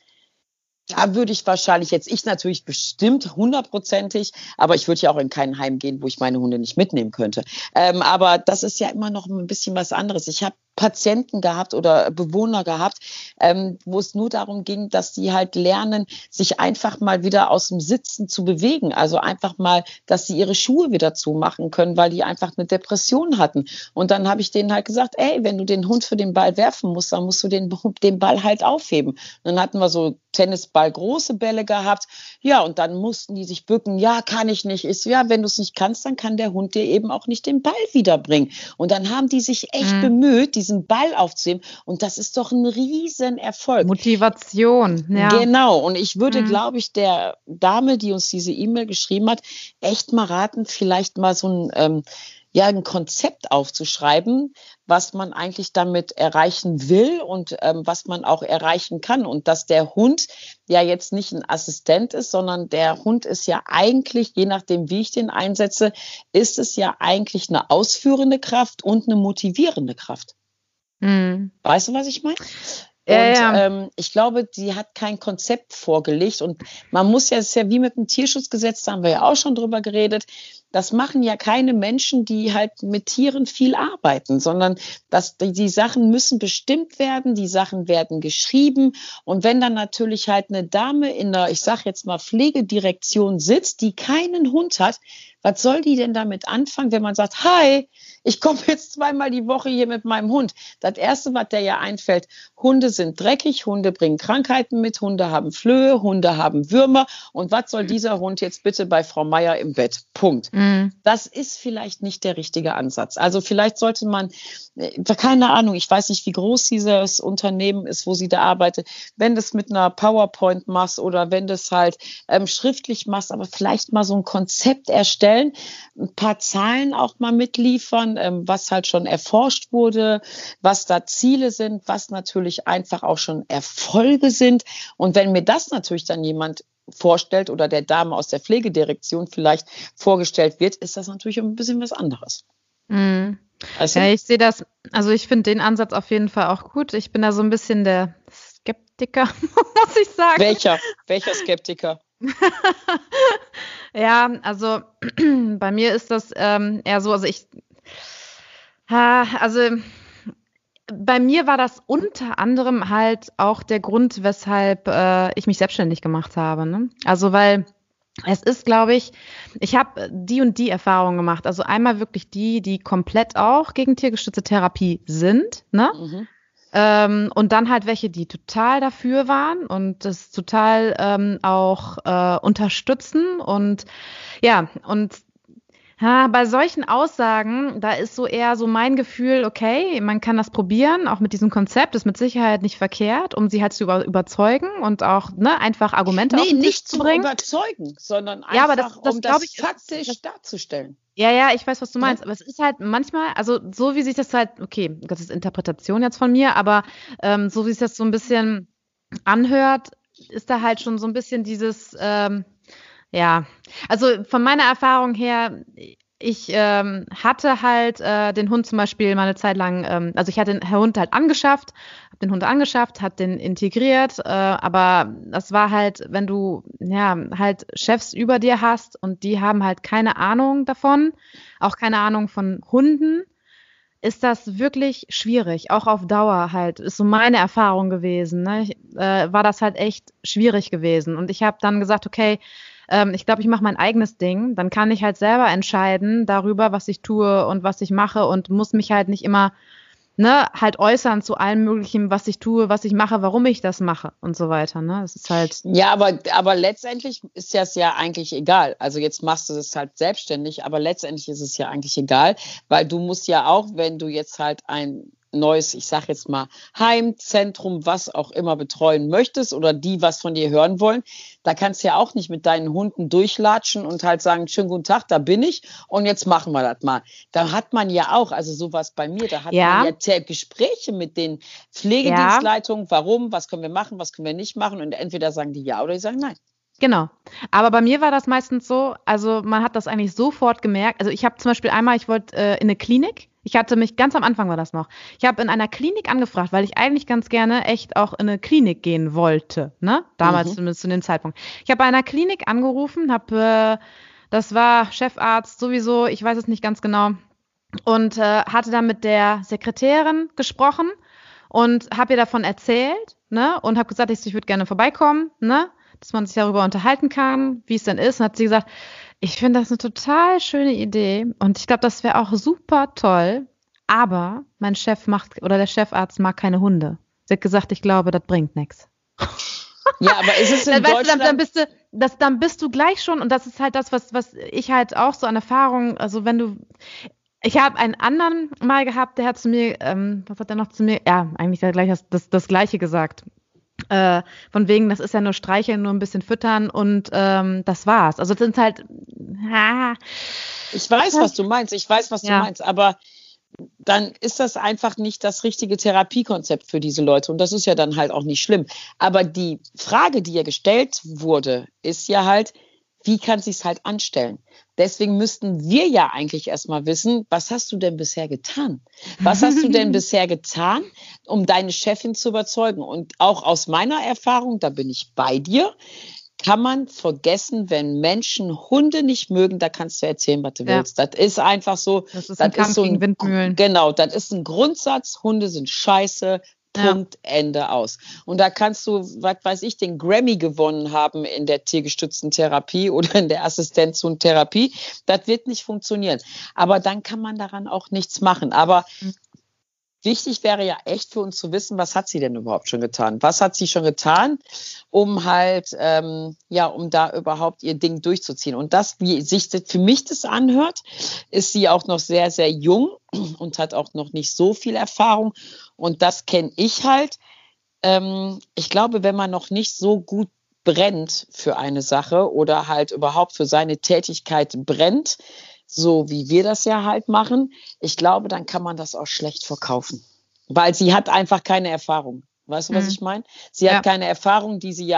da würde ich wahrscheinlich jetzt, ich natürlich bestimmt hundertprozentig, aber ich würde ja auch in kein Heim gehen, wo ich meine Hunde nicht mitnehmen könnte. Ähm, aber das ist ja immer noch ein bisschen was anderes. Ich habe Patienten gehabt oder Bewohner gehabt, ähm, wo es nur darum ging, dass die halt lernen, sich einfach mal wieder aus dem Sitzen zu bewegen. Also einfach mal, dass sie ihre Schuhe wieder zumachen können, weil die einfach eine Depression hatten. Und dann habe ich denen halt gesagt, ey, wenn du den Hund für den Ball werfen musst, dann musst du den, den Ball halt aufheben. Und dann hatten wir so Tennisball große Bälle gehabt. Ja, und dann mussten die sich bücken. Ja, kann ich nicht. Ist ja, wenn du es nicht kannst, dann kann der Hund dir eben auch nicht den Ball wiederbringen. Und dann haben die sich echt Mhm. bemüht, diesen Ball aufzuheben. Und das ist doch ein Riesenerfolg. Motivation, ja. Genau. Und ich würde, Mhm. glaube ich, der Dame, die uns diese E-Mail geschrieben hat, echt mal raten, vielleicht mal so ein, ähm, ja, ein Konzept aufzuschreiben, was man eigentlich damit erreichen will und ähm, was man auch erreichen kann. Und dass der Hund ja jetzt nicht ein Assistent ist, sondern der Hund ist ja eigentlich, je nachdem, wie ich den einsetze, ist es ja eigentlich eine ausführende Kraft und eine motivierende Kraft. Mhm. Weißt du, was ich meine? Ja, Und ja. ähm, ich glaube, sie hat kein Konzept vorgelegt. Und man muss ja, es ist ja wie mit dem Tierschutzgesetz, da haben wir ja auch schon drüber geredet. Das machen ja keine Menschen, die halt mit Tieren viel arbeiten, sondern dass die, die Sachen müssen bestimmt werden, die Sachen werden geschrieben. Und wenn dann natürlich halt eine Dame in der, ich sag jetzt mal, Pflegedirektion sitzt, die keinen Hund hat, was soll die denn damit anfangen, wenn man sagt, hi, ich komme jetzt zweimal die Woche hier mit meinem Hund. Das Erste, was der ja einfällt, Hunde sind dreckig, Hunde bringen Krankheiten mit, Hunde haben Flöhe, Hunde haben Würmer. Und was soll dieser Hund jetzt bitte bei Frau Meier im Bett? Punkt. Mhm. Das ist vielleicht nicht der richtige Ansatz. Also vielleicht sollte man, keine Ahnung, ich weiß nicht, wie groß dieses Unternehmen ist, wo sie da arbeitet, wenn das mit einer PowerPoint machst oder wenn das halt ähm, schriftlich machst, aber vielleicht mal so ein Konzept erstellen, ein paar Zahlen auch mal mitliefern, ähm, was halt schon erforscht wurde, was da Ziele sind, was natürlich einfach auch schon Erfolge sind. Und wenn mir das natürlich dann jemand vorstellt oder der Dame aus der Pflegedirektion vielleicht vorgestellt wird, ist das natürlich ein bisschen was anderes. Mhm. Weißt du? Ja, ich sehe das, also ich finde den Ansatz auf jeden Fall auch gut. Ich bin da so ein bisschen der Skeptiker, muss ich sagen. Welcher? Welcher Skeptiker? Ja, also bei mir ist das ähm, eher so, also ich, ha, also bei mir war das unter anderem halt auch der Grund, weshalb äh, ich mich selbstständig gemacht habe. Ne? Also weil es ist, glaube ich, ich habe die und die Erfahrungen gemacht. Also einmal wirklich die, die komplett auch gegen tiergestützte Therapie sind, ne? Mhm. Ähm, und dann halt welche, die total dafür waren und das total ähm, auch äh, unterstützen. Und ja, und ja, bei solchen Aussagen, da ist so eher so mein Gefühl, okay, man kann das probieren, auch mit diesem Konzept, ist mit Sicherheit nicht verkehrt, um sie halt zu über überzeugen und auch ne, einfach Argumente auf Nee, den Tisch nicht zu zu bringen. überzeugen, sondern einfach, Ja, aber das, das um glaube das ich, ist, faktisch das, darzustellen. ja, ja, ich weiß, was du meinst, Ja. aber es ist halt manchmal, also so wie sich das halt, okay, das ist Interpretation jetzt von mir, aber ähm, so wie sich das so ein bisschen anhört, ist da halt schon so ein bisschen dieses, ähm, ja, also von meiner Erfahrung her, ich ähm, hatte halt äh, den Hund zum Beispiel mal eine Zeit lang, ähm, also ich hatte den Hund halt angeschafft, habe den Hund angeschafft, hat den integriert, äh, aber das war halt, wenn du ja halt Chefs über dir hast und die haben halt keine Ahnung davon, auch keine Ahnung von Hunden, ist das wirklich schwierig, auch auf Dauer halt, ist so meine Erfahrung gewesen. Ne? Ich, äh, war das halt echt schwierig gewesen. Und ich habe dann gesagt, okay, ähm, ich glaube, ich mache mein eigenes Ding. Dann kann ich halt selber entscheiden darüber, was ich tue und was ich mache und muss mich halt nicht immer ne, halt äußern zu allem Möglichen, was ich tue, was ich mache, warum ich das mache und so weiter. Ne? Es ist halt. Ja, aber, aber letztendlich ist das ja eigentlich egal. Also jetzt machst du das halt selbstständig, aber letztendlich ist es ja eigentlich egal, weil du musst ja auch, wenn du jetzt halt ein neues, ich sag jetzt mal, Heimzentrum, was auch immer betreuen möchtest oder die was von dir hören wollen, da kannst du ja auch nicht mit deinen Hunden durchlatschen und halt sagen, schönen guten Tag, da bin ich und jetzt machen wir das mal. Da hat man ja auch, also sowas bei mir, da hat Ja. man ja te- Gespräche mit den Pflegedienstleitungen, warum, was können wir machen, was können wir nicht machen und entweder sagen die ja oder die sagen nein. Genau. Aber bei mir war das meistens so, also man hat das eigentlich sofort gemerkt. Also ich habe zum Beispiel einmal, ich wollte äh, in eine Klinik. Ich hatte mich, ganz am Anfang war das noch. Ich habe in einer Klinik angefragt, weil ich eigentlich ganz gerne echt auch in eine Klinik gehen wollte. Ne? Damals Mhm. zumindest zu dem Zeitpunkt. Ich habe bei einer Klinik angerufen, habe, äh, das war Chefarzt sowieso, ich weiß es nicht ganz genau. Und äh, hatte dann mit der Sekretärin gesprochen und habe ihr davon erzählt, ne? Und habe gesagt, ich, ich würde gerne vorbeikommen, ne? Dass man sich darüber unterhalten kann, wie es denn ist. Und hat sie gesagt, ich finde das eine total schöne Idee und ich glaube, das wäre auch super toll, aber mein Chef macht oder der Chefarzt mag keine Hunde. Sie hat gesagt, ich glaube, das bringt nichts. Ja, aber ist es in Dann, weißt du, dann, Deutschland... dann, bist du, das, dann bist du gleich schon, und das ist halt das, was, was ich halt auch so an Erfahrung, also wenn du, ich habe einen anderen mal gehabt, der hat zu mir, ähm, was hat er noch zu mir, ja, eigentlich gleich das, das, das Gleiche gesagt. Äh, von wegen, das ist ja nur streicheln, nur ein bisschen füttern und ähm, das war's. Also das sind halt, ah, Ich weiß, was du meinst, ich weiß, was Ja. du meinst, aber dann ist das einfach nicht das richtige Therapiekonzept für diese Leute und das ist ja dann halt auch nicht schlimm. Aber die Frage, die ja gestellt wurde, ist ja halt, wie kann es sich halt anstellen? Deswegen müssten wir ja eigentlich erstmal wissen, was hast du denn bisher getan? Was hast du denn bisher getan, um deine Chefin zu überzeugen? Und auch aus meiner Erfahrung, da bin ich bei dir, kann man vergessen, wenn Menschen Hunde nicht mögen, da kannst du erzählen, was du Ja. willst. Das ist einfach so. das ist ein Das Kampf ist so gegen ein, Windmühlen. genau, das ist ein Grundsatz. Hunde sind scheiße. Punkt, Ende aus. Und da kannst du, was weiß ich, den Grammy gewonnen haben in der tiergestützten Therapie oder in der Assistenzhundtherapie. Das wird nicht funktionieren. Aber dann kann man daran auch nichts machen. Aber Mhm. wichtig wäre ja echt für uns zu wissen, was hat sie denn überhaupt schon getan? Was hat sie schon getan, um halt, ähm, ja, um da überhaupt ihr Ding durchzuziehen? Und das, wie sich das für mich das anhört, ist sie auch noch sehr, sehr jung und hat auch noch nicht so viel Erfahrung. Und das kenne ich halt. Ähm, ich glaube, wenn man noch nicht so gut brennt für eine Sache oder halt überhaupt für seine Tätigkeit brennt, so wie wir das ja halt machen, ich glaube, dann kann man das auch schlecht verkaufen. Weil sie hat einfach keine Erfahrung. Weißt du, was Mhm. ich meine? Sie hat Ja. keine Erfahrung, die sie ja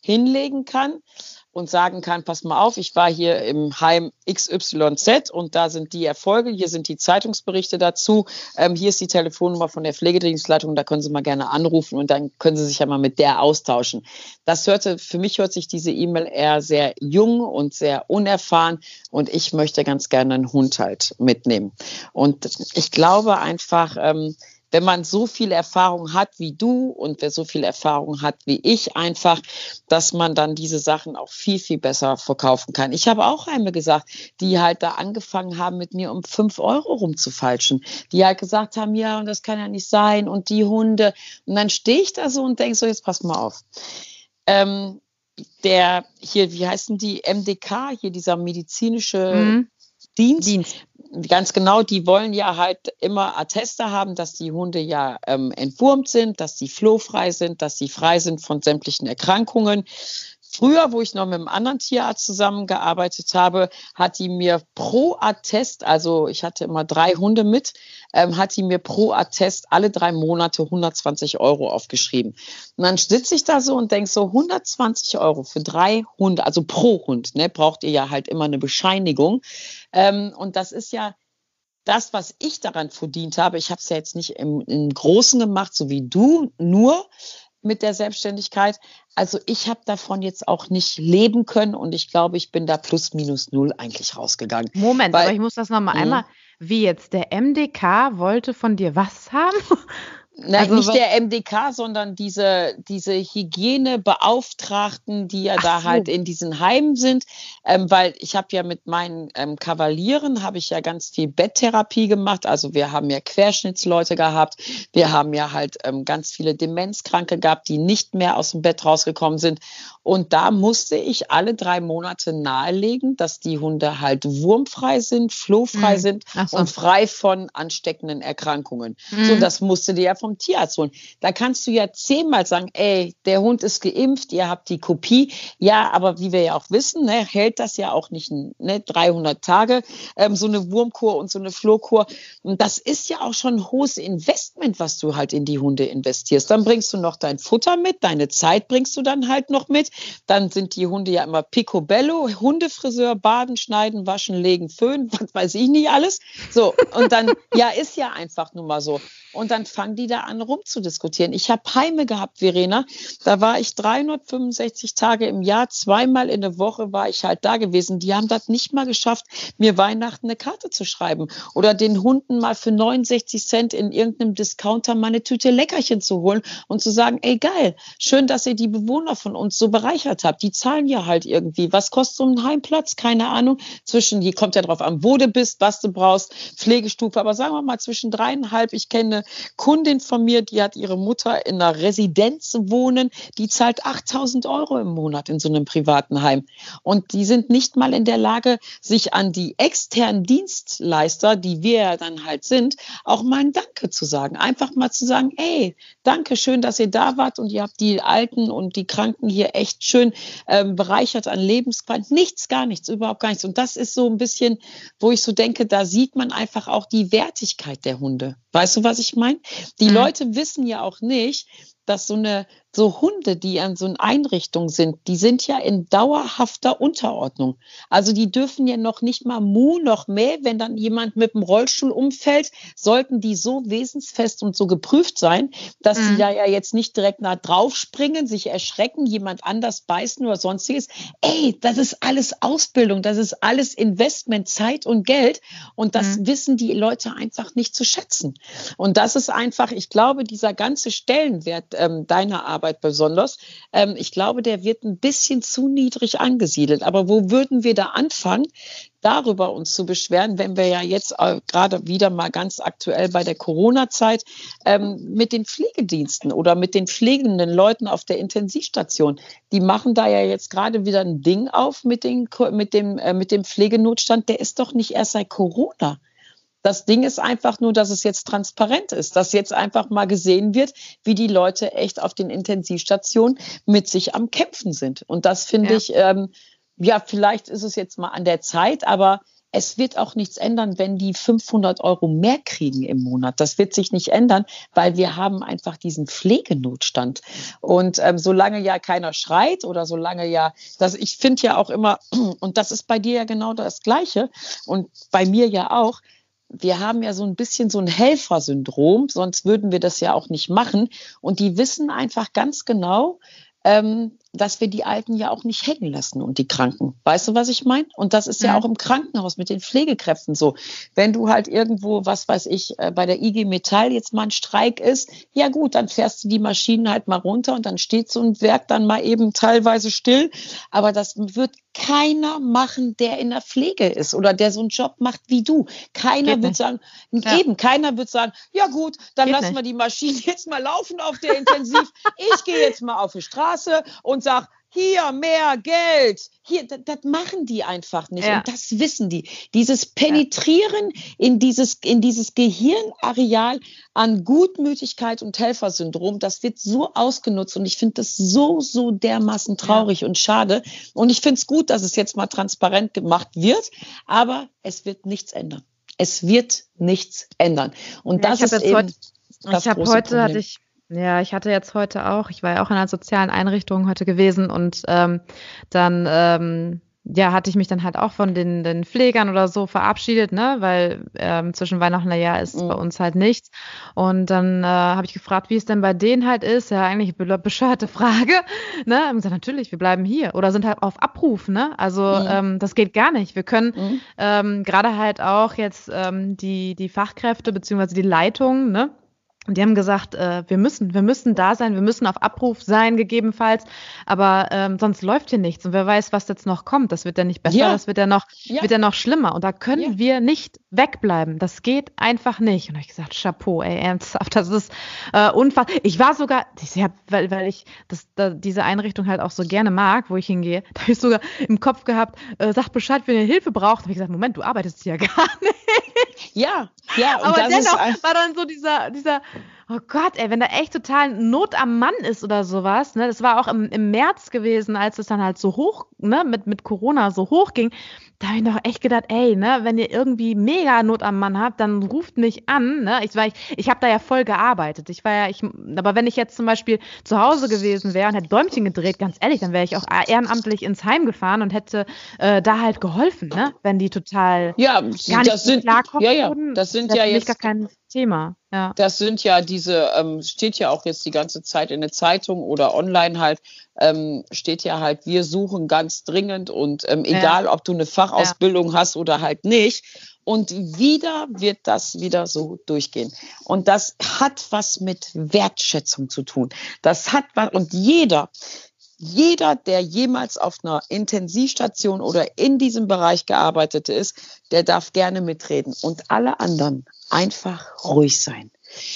hinlegen kann und sagen kann, pass mal auf, ich war hier im Heim X Y Z und da sind die Erfolge, hier sind die Zeitungsberichte dazu, ähm, hier ist die Telefonnummer von der Pflegedienstleitung, da können Sie mal gerne anrufen und dann können Sie sich ja mal mit der austauschen. Das hörte, für mich hört sich diese E-Mail eher sehr jung und sehr unerfahren und ich möchte ganz gerne einen Hund halt mitnehmen. Und ich glaube einfach, ähm, wenn man so viel Erfahrung hat wie du und wer so viel Erfahrung hat wie ich einfach, dass man dann diese Sachen auch viel, viel besser verkaufen kann. Ich habe auch einmal gesagt, die halt da angefangen haben, mit mir um fünf Euro rumzufalschen. Die halt gesagt haben, ja, und das kann ja nicht sein und die Hunde. Und dann stehe ich da so und denke so, jetzt pass mal auf. Ähm, der hier, wie heißen die, M D K, hier dieser medizinische mhm. Dienst. Dienst. Ganz genau, die wollen ja halt immer Atteste haben, dass die Hunde ja ähm, entwurmt sind, dass sie flohfrei sind, dass sie frei sind von sämtlichen Erkrankungen. Früher, wo ich noch mit einem anderen Tierarzt zusammengearbeitet habe, hat die mir pro Attest, also ich hatte immer drei Hunde mit, ähm, hat die mir pro Attest alle drei Monate hundertzwanzig Euro aufgeschrieben. Und dann sitze ich da so und denke so, hundertzwanzig Euro für drei Hunde, also pro Hund, ne, braucht ihr ja halt immer eine Bescheinigung. Ähm, und das ist ja das, was ich daran verdient habe. Ich habe es ja jetzt nicht im, im Großen gemacht, so wie du, nur mit der Selbstständigkeit. Also ich habe davon jetzt auch nicht leben können und ich glaube, ich bin da plus minus null eigentlich rausgegangen. Moment, Weil, aber ich muss das nochmal einmal, wie jetzt, der M D K wollte von dir was haben? Nein, also, nicht der M D K, sondern diese, diese Hygienebeauftragten, die ja da so. halt in diesen Heimen sind, ähm, weil ich habe ja mit meinen ähm, Kavalieren, habe ich ja ganz viel Betttherapie gemacht, also wir haben ja Querschnittsleute gehabt, wir haben ja halt ähm, ganz viele Demenzkranke gehabt, die nicht mehr aus dem Bett rausgekommen sind und da musste ich alle drei Monate nahelegen, dass die Hunde halt wurmfrei sind, flohfrei hm. sind so. und frei von ansteckenden Erkrankungen. Hm. So, das musste dir ja vom Tierarzt holen. Da kannst du ja zehnmal sagen, ey, der Hund ist geimpft, ihr habt die Kopie. Ja, aber wie wir ja auch wissen, ne, hält das ja auch nicht ne, dreihundert Tage, ähm, so eine Wurmkur und so eine Flohkur. Und das ist ja auch schon ein hohes Investment, was du halt in die Hunde investierst. Dann bringst du noch dein Futter mit, deine Zeit bringst du dann halt noch mit. Dann sind die Hunde ja immer picobello, Hundefriseur, baden, schneiden, waschen, legen, föhnen, was weiß ich nicht alles. So, und dann, ja, ist ja einfach nur mal so. Und dann fangen die da an rumzudiskutieren. Ich habe Heime gehabt, Verena, da war ich dreihundertfünfundsechzig Tage im Jahr, zweimal in der Woche war ich halt da gewesen. Die haben das nicht mal geschafft, mir Weihnachten eine Karte zu schreiben oder den Hunden mal für neunundsechzig Cent in irgendeinem Discounter mal eine Tüte Leckerchen zu holen und zu sagen, ey geil, schön, dass ihr die Bewohner von uns so bereichert habt. Die zahlen ja halt irgendwie. Was kostet so ein Heimplatz? Keine Ahnung. Zwischen, hier kommt ja drauf an, wo du bist, was du brauchst, Pflegestufe, aber sagen wir mal zwischen dreieinhalb, ich kenne Kundin von mir, die hat ihre Mutter in einer Residenz wohnen, die zahlt achttausend Euro im Monat in so einem privaten Heim. Und die sind nicht mal in der Lage, sich an die externen Dienstleister, die wir ja dann halt sind, auch mal ein Danke zu sagen. Einfach mal zu sagen, ey, danke schön, dass ihr da wart und ihr habt die Alten und die Kranken hier echt schön ähm, bereichert an Lebensqualität. Nichts, gar nichts, überhaupt gar nichts. Und das ist so ein bisschen, wo ich so denke, da sieht man einfach auch die Wertigkeit der Hunde. Weißt du, was ich meine? Die mhm. Leute wissen ja auch nicht, dass so eine so Hunde, die an so einer Einrichtung sind, die sind ja in dauerhafter Unterordnung. Also die dürfen ja noch nicht mal Mu noch mehr, wenn dann jemand mit dem Rollstuhl umfällt, sollten die so wesensfest und so geprüft sein, dass mhm. die da ja jetzt nicht direkt nach drauf springen, sich erschrecken, jemand anders beißen oder sonstiges. Ey, das ist alles Ausbildung, das ist alles Investment, Zeit und Geld und das mhm. wissen die Leute einfach nicht zu schätzen. Und das ist einfach, ich glaube, dieser ganze Stellenwert ähm, deiner Arbeit besonders. Ähm, ich glaube, der wird ein bisschen zu niedrig angesiedelt. Aber wo würden wir da anfangen, darüber uns zu beschweren, wenn wir ja jetzt äh, gerade wieder mal ganz aktuell bei der Corona-Zeit ähm, mit den Pflegediensten oder mit den pflegenden Leuten auf der Intensivstation, die machen da ja jetzt gerade wieder ein Ding auf mit, den, mit, dem, äh, mit dem Pflegenotstand, der ist doch nicht erst seit Corona. Das Ding ist einfach nur, dass es jetzt transparent ist, dass jetzt einfach mal gesehen wird, wie die Leute echt auf den Intensivstationen mit sich am Kämpfen sind. Und das finde ja. ich, ähm, ja, vielleicht ist es jetzt mal an der Zeit, aber es wird auch nichts ändern, wenn die fünfhundert Euro mehr kriegen im Monat. Das wird sich nicht ändern, weil wir haben einfach diesen Pflegenotstand. Und ähm, solange ja keiner schreit oder solange ja, das, ich finde ja auch immer, und das ist bei dir ja genau das Gleiche und bei mir ja auch, wir haben ja so ein bisschen so ein Helfersyndrom, sonst würden wir das ja auch nicht machen. Und die wissen einfach ganz genau, ähm, dass wir die Alten ja auch nicht hängen lassen und die Kranken. Weißt du, was ich meine? Und das ist ja, ja auch im Krankenhaus mit den Pflegekräften so. Wenn du halt irgendwo, was weiß ich, äh, bei der I G Metall jetzt mal ein Streik ist, ja gut, dann fährst du die Maschinen halt mal runter und dann steht so ein Werk dann mal eben teilweise still. Aber das wird keiner machen, der in der Pflege ist oder der so einen Job macht wie du. Keiner Geht wird nicht. sagen, Ja. eben, keiner wird sagen, ja gut, dann Geht lassen nicht. wir die Maschinen jetzt mal laufen auf der Intensiv. Ich gehe jetzt mal auf die Straße und sag, hier mehr Geld. Hier, das, das machen die einfach nicht. Ja. Und das wissen die. Dieses Penetrieren in dieses, in dieses Gehirnareal an Gutmütigkeit und Helfersyndrom, das wird so ausgenutzt. Und ich finde das so, so dermaßen traurig ja. und schade. Und ich finde es gut, dass es jetzt mal transparent gemacht wird. Aber es wird nichts ändern. Es wird nichts ändern. Und Ja, das ich ist hab jetzt eben heute, das ich habe große heute Problem. hatte ich Ja, ich hatte jetzt heute auch, ich war ja auch in einer sozialen Einrichtung heute gewesen und ähm, dann ähm, ja, hatte ich mich dann halt auch von den, den Pflegern oder so verabschiedet, ne, weil ähm, zwischen Weihnachten und Neujahr ist Mhm. bei uns halt nichts. Und dann äh, habe ich gefragt, wie es denn bei denen halt ist. Ja, eigentlich eine bescheuerte Frage, ne. Und gesagt, natürlich, wir bleiben hier oder sind halt auf Abruf, ne. Also Mhm. ähm, das geht gar nicht. Wir können Mhm. ähm, gerade halt auch jetzt ähm, die die Fachkräfte beziehungsweise die Leitung, ne. Und die haben gesagt, äh, wir müssen, wir müssen da sein, wir müssen auf Abruf sein, gegebenenfalls, aber ähm, sonst läuft hier nichts. Und wer weiß, was jetzt noch kommt. Das wird ja nicht besser, Ja. das wird ja noch, Ja. wird ja noch schlimmer. Und da können Ja. wir nicht wegbleiben. Das geht einfach nicht. Und da habe ich gesagt, Chapeau, ey, ernsthaft, das ist äh, unfassbar. Ich war sogar, ich hab, weil, weil ich das, da, diese Einrichtung halt auch so gerne mag, wo ich hingehe, da habe ich sogar im Kopf gehabt, äh, sagt Bescheid, wenn ihr Hilfe braucht. Da habe ich gesagt, Moment, du arbeitest hier gar nicht. Ja, ja, und Aber das dennoch ist ein, war dann so dieser, dieser, oh Gott, ey, wenn da echt total Not am Mann ist oder sowas, ne, das war auch im, im März gewesen, als es dann halt so hoch, ne, mit, mit Corona so hoch ging, da habe ich noch echt gedacht, ey, ne, wenn ihr irgendwie mega Not am Mann habt, dann ruft mich an, ne, ich war, ich, ich habe da ja voll gearbeitet, ich war ja, ich, aber wenn ich jetzt zum Beispiel zu Hause gewesen wäre und hätte Däumchen gedreht, ganz ehrlich, dann wäre ich auch ehrenamtlich ins Heim gefahren und hätte äh, da halt geholfen, ne, wenn die total ja, gar nicht das sind, klarkommen ja, ja, würden, das sind wäre ja für mich jetzt, gar kein Thema, ja. das sind ja diese, ähm, steht ja auch jetzt die ganze Zeit in der Zeitung oder online halt, ähm, steht ja halt, wir suchen ganz dringend und ähm, Ja. egal, ob du eine Fachausbildung hast oder halt nicht. Und wieder wird das wieder so durchgehen. Und das hat was mit Wertschätzung zu tun. Das hat was, und jeder, Jeder, der jemals auf einer Intensivstation oder in diesem Bereich gearbeitet ist, der darf gerne mitreden. Und alle anderen einfach ruhig sein.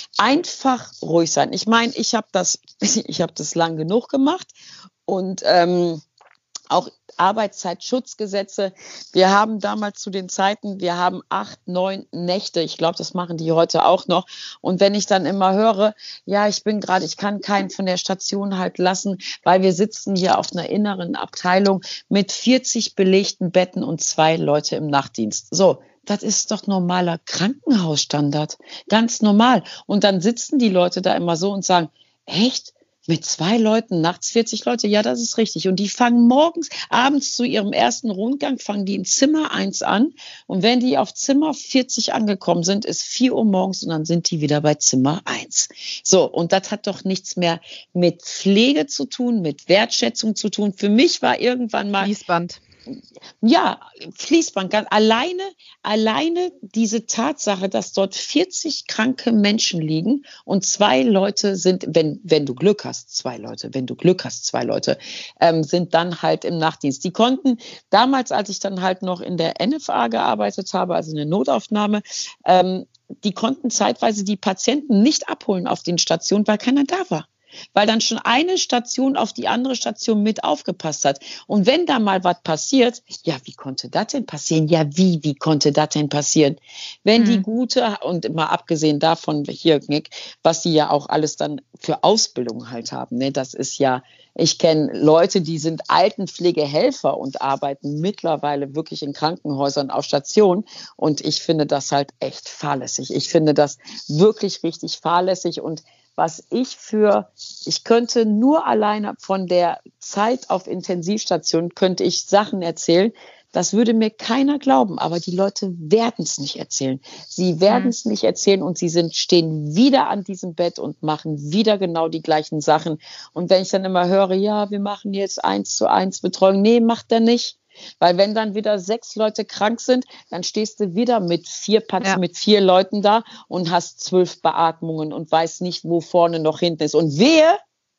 Einfach ruhig sein. Ich meine, ich habe das, ich habe das lang genug gemacht und ähm, auch Arbeitszeitschutzgesetze. Wir haben damals zu den Zeiten, wir haben acht, neun Nächte. Ich glaube, das machen die heute auch noch. Und wenn ich dann immer höre, ja, ich bin gerade, ich kann keinen von der Station halt lassen, weil wir sitzen hier auf einer inneren Abteilung mit vierzig belegten Betten und zwei Leute im Nachtdienst. So. Das ist doch normaler Krankenhausstandard. Ganz normal. Und dann sitzen die Leute da immer so und sagen, echt? Mit zwei Leuten, nachts vierzig Leute? Ja, das ist richtig. Und die fangen morgens, abends zu ihrem ersten Rundgang, fangen die in Zimmer eins an. Und wenn die auf Zimmer vierzig angekommen sind, ist vier Uhr morgens und dann sind die wieder bei Zimmer eins. So, und das hat doch nichts mehr mit Pflege zu tun, mit Wertschätzung zu tun. Für mich war irgendwann mal... Fließband. Ja, Fließband. Ganz alleine, alleine diese Tatsache, dass dort vierzig kranke Menschen liegen und zwei Leute sind, wenn, wenn du Glück hast, zwei Leute, wenn du Glück hast, zwei Leute, ähm, sind dann halt im Nachtdienst. Die konnten damals, als ich dann halt noch in der N F A gearbeitet habe, also in der Notaufnahme, ähm, die konnten zeitweise die Patienten nicht abholen auf den Stationen, weil keiner da war. weil dann schon eine Station auf die andere Station mit aufgepasst hat. Und wenn da mal was passiert, ja, wie konnte das denn passieren? Ja, wie, wie konnte das denn passieren? Wenn mhm. die gute, und mal abgesehen davon hier, Nick, was die ja auch alles dann für Ausbildung halt haben, ne, das ist ja, ich kenne Leute, die sind Altenpflegehelfer und arbeiten mittlerweile wirklich in Krankenhäusern auf Stationen. Und ich finde das halt echt fahrlässig. Ich finde das wirklich richtig fahrlässig. Und was ich für, ich könnte nur alleine von der Zeit auf Intensivstation, könnte ich Sachen erzählen, das würde mir keiner glauben, aber die Leute werden es nicht erzählen. Sie werden es mhm. nicht erzählen und sie sind, stehen wieder an diesem Bett und machen wieder genau die gleichen Sachen. Und wenn ich dann immer höre, ja, wir machen jetzt eins zu eins Betreuung, nee, macht er nicht. Weil wenn dann wieder sechs Leute krank sind, dann stehst du wieder mit vier Pat- ja. mit vier Leuten da und hast zwölf Beatmungen und weißt nicht, wo vorne noch hinten ist. Und wehe,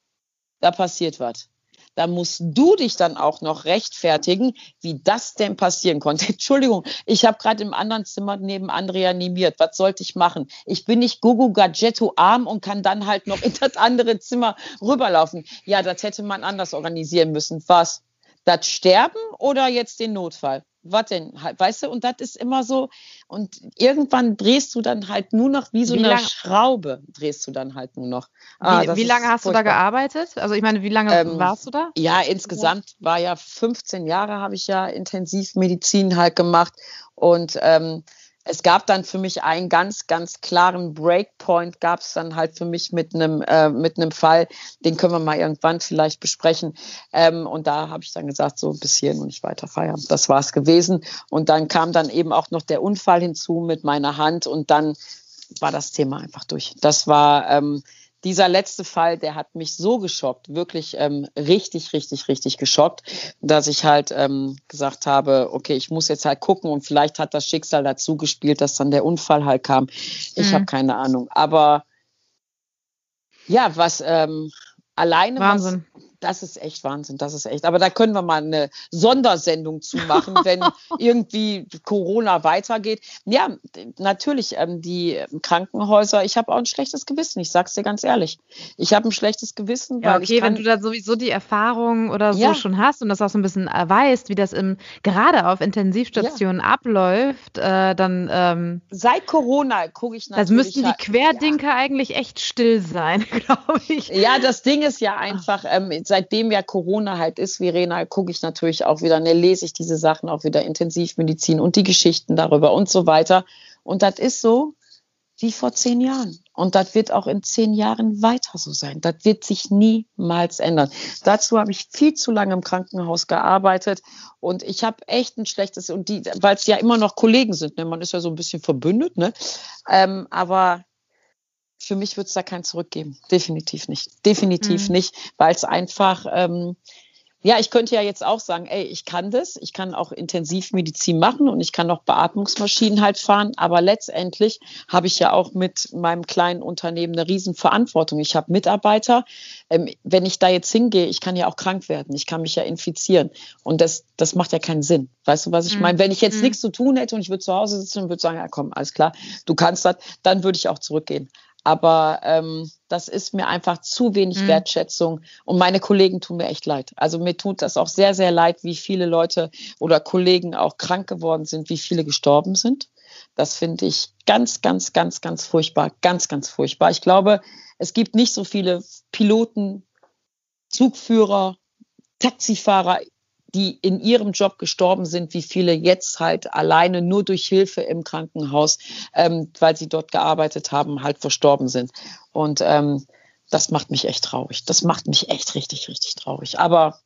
da passiert was. Da musst du dich dann auch noch rechtfertigen, wie das denn passieren konnte. Entschuldigung, ich habe gerade im anderen Zimmer neben Andrea animiert. Was sollte ich machen? Ich bin nicht Gugu Gadgetto arm und kann dann halt noch in das andere Zimmer rüberlaufen. Ja, das hätte man anders organisieren müssen. Was? Das Sterben oder jetzt den Notfall? Was denn? Weißt du, und das ist immer so, und irgendwann drehst du dann halt nur noch wie so wie eine lang, Schraube, drehst du dann halt nur noch. Ah, wie wie lange hast furchtbar. du da gearbeitet? Also ich meine, wie lange ähm, warst du da? Ja, insgesamt war ja fünfzehn Jahre habe ich ja Intensivmedizin halt gemacht und ähm, es gab dann für mich einen ganz, ganz klaren Breakpoint, gab es dann halt für mich mit einem äh, mit einem Fall, den können wir mal irgendwann vielleicht besprechen. Ähm, und da habe ich dann gesagt, so bis hierhin und nicht weiter feiern. Das war es gewesen. Und dann kam dann eben auch noch der Unfall hinzu mit meiner Hand und dann war das Thema einfach durch. Das war ähm, dieser letzte Fall, der hat mich so geschockt, wirklich ähm, richtig, richtig, richtig geschockt, dass ich halt ähm, gesagt habe, okay, ich muss jetzt halt gucken und vielleicht hat das Schicksal dazu gespielt, dass dann der Unfall halt kam. Ich mhm. habe keine Ahnung. Aber ja, was ähm, alleine Wahnsinn. was, das ist echt Wahnsinn, das ist echt. Aber da können wir mal eine Sondersendung zu machen, wenn irgendwie Corona weitergeht. Ja, natürlich, ähm, die Krankenhäuser, ich habe auch ein schlechtes Gewissen, ich sag's dir ganz ehrlich. Ich habe ein schlechtes Gewissen, ja, weil okay, ich kann, wenn du da sowieso die Erfahrung oder so ja. schon hast und das auch so ein bisschen äh, weißt, wie das im, gerade auf Intensivstationen ja. abläuft, äh, dann ähm, seit Corona gucke ich natürlich. Das müssten die halt, Querdinker ja. eigentlich echt still sein, glaube ich. Ja, das Ding ist ja einfach, ähm, seitdem ja Corona halt ist, Verena, gucke ich natürlich auch wieder, ne, lese ich diese Sachen auch wieder, Intensivmedizin und die Geschichten darüber und so weiter. Und das ist so wie vor zehn Jahren. Und das wird auch in zehn Jahren weiter so sein. Das wird sich niemals ändern. Dazu habe ich viel zu lange im Krankenhaus gearbeitet und ich habe echt ein schlechtes, und die, weil es ja immer noch Kollegen sind, ne, man ist ja so ein bisschen verbündet, ne, ähm, aber für mich wird es da kein Zurück geben. Definitiv nicht. Definitiv mhm. nicht, weil es einfach, ähm, ja, ich könnte ja jetzt auch sagen, ey, ich kann das, ich kann auch Intensivmedizin machen und ich kann auch Beatmungsmaschinen halt fahren, aber letztendlich habe ich ja auch mit meinem kleinen Unternehmen eine riesen Verantwortung. Ich habe Mitarbeiter, ähm, wenn ich da jetzt hingehe, ich kann ja auch krank werden, ich kann mich ja infizieren und das, das macht ja keinen Sinn. Weißt du, was ich mhm. meine? Wenn ich jetzt mhm. nichts zu tun hätte und ich würde zu Hause sitzen und würde sagen, ja komm, alles klar, du kannst das, dann würde ich auch zurückgehen. Aber ähm, das ist mir einfach zu wenig mhm. Wertschätzung und meine Kollegen tun mir echt leid. Also mir tut das auch sehr, sehr leid, wie viele Leute oder Kollegen auch krank geworden sind, wie viele gestorben sind. Das finde ich ganz, ganz, ganz, ganz furchtbar, ganz, ganz furchtbar. Ich glaube, es gibt nicht so viele Piloten, Zugführer, Taxifahrer, die in ihrem Job gestorben sind, wie viele jetzt halt alleine nur durch Hilfe im Krankenhaus, ähm, weil sie dort gearbeitet haben, halt verstorben sind. Und ähm, das macht mich echt traurig. Das macht mich echt richtig, richtig traurig. Aber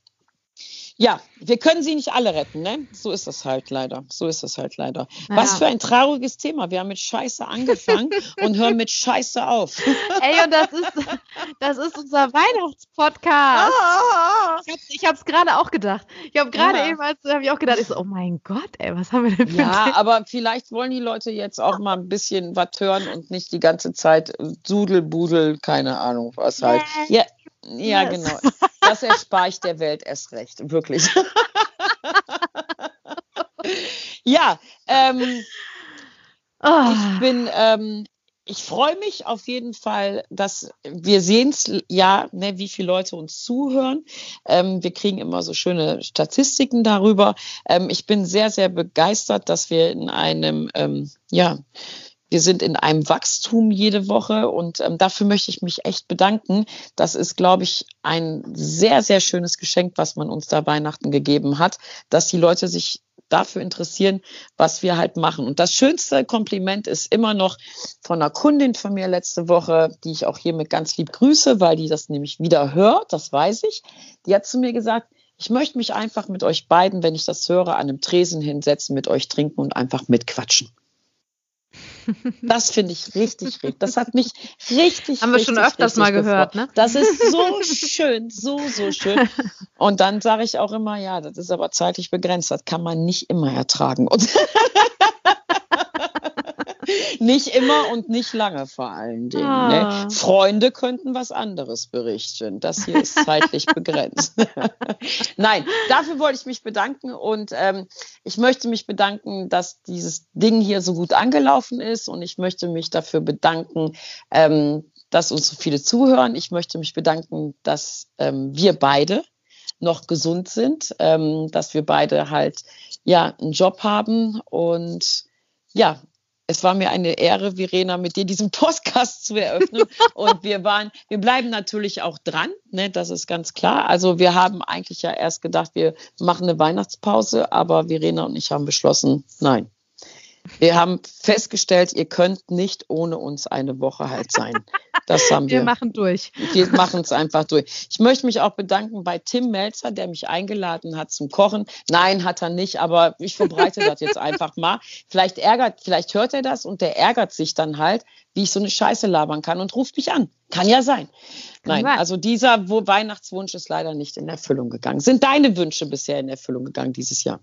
ja, wir können sie nicht alle retten, ne? So ist es halt leider. So ist es halt leider. Naja. Was für ein trauriges Thema. Wir haben mit Scheiße angefangen und hören mit Scheiße auf. Ey, und das ist, das ist unser Weihnachtspodcast. Ah, ich habe es gerade auch gedacht. Ich habe gerade ja. eben, als habe ich auch gedacht, ich so, oh mein Gott, ey, was haben wir denn für Ja, ein aber vielleicht wollen die Leute jetzt auch mal ein bisschen was hören und nicht die ganze Zeit Sudelbudel, keine Ahnung, was halt. Ja, ja, yes. Genau. Das erspare ich der Welt erst recht, wirklich. Ja, ähm, oh. ich bin, ähm, ich freue mich auf jeden Fall, dass wir sehen es ja, ne, wie viele Leute uns zuhören. Ähm, wir kriegen immer so schöne Statistiken darüber. Ähm, ich bin sehr, sehr begeistert, dass wir in einem, ähm, ja, wir sind in einem Wachstum jede Woche und ähm, dafür möchte ich mich echt bedanken. Das ist, glaube ich, ein sehr, sehr schönes Geschenk, was man uns da Weihnachten gegeben hat, dass die Leute sich dafür interessieren, was wir halt machen. Und das schönste Kompliment ist immer noch von einer Kundin von mir letzte Woche, die ich auch hiermit ganz lieb grüße, weil die das nämlich wieder hört, das weiß ich. Die hat zu mir gesagt, ich möchte mich einfach mit euch beiden, wenn ich das höre, an einem Tresen hinsetzen, mit euch trinken und einfach mitquatschen. Das finde ich richtig, richtig. Das hat mich richtig, Haben wir richtig, schon öfters mal gehört, gefreut. ne? Das ist so schön, so, so schön. Und dann sage ich auch immer, ja, das ist aber zeitlich begrenzt. Das kann man nicht immer ertragen. Und nicht immer und nicht lange vor allen Dingen. Ah. Ne? Freunde könnten was anderes berichten. Das hier ist zeitlich begrenzt. Nein, dafür wollte ich mich bedanken und ähm, ich möchte mich bedanken, dass dieses Ding hier so gut angelaufen ist und ich möchte mich dafür bedanken, ähm, dass uns so viele zuhören. Ich möchte mich bedanken, dass ähm, wir beide noch gesund sind, ähm, dass wir beide halt ja einen Job haben und ja, es war mir eine Ehre, Verena, mit dir diesen Podcast zu eröffnen. Und wir waren, wir bleiben natürlich auch dran, ne, das ist ganz klar. Also wir haben eigentlich ja erst gedacht, wir machen eine Weihnachtspause, aber Verena und ich haben beschlossen, nein. Wir haben festgestellt, ihr könnt nicht ohne uns eine Woche halt sein. Das haben wir. Wir machen durch. Wir machen es einfach durch. Ich möchte mich auch bedanken bei Tim Melzer, der mich eingeladen hat zum Kochen. Nein, hat er nicht, aber ich verbreite das jetzt einfach mal. Vielleicht ärgert, vielleicht hört er das und der ärgert sich dann halt, wie ich so eine Scheiße labern kann und ruft mich an. Kann ja sein. Nein, also dieser Weihnachtswunsch ist leider nicht in Erfüllung gegangen. Sind deine Wünsche bisher in Erfüllung gegangen dieses Jahr?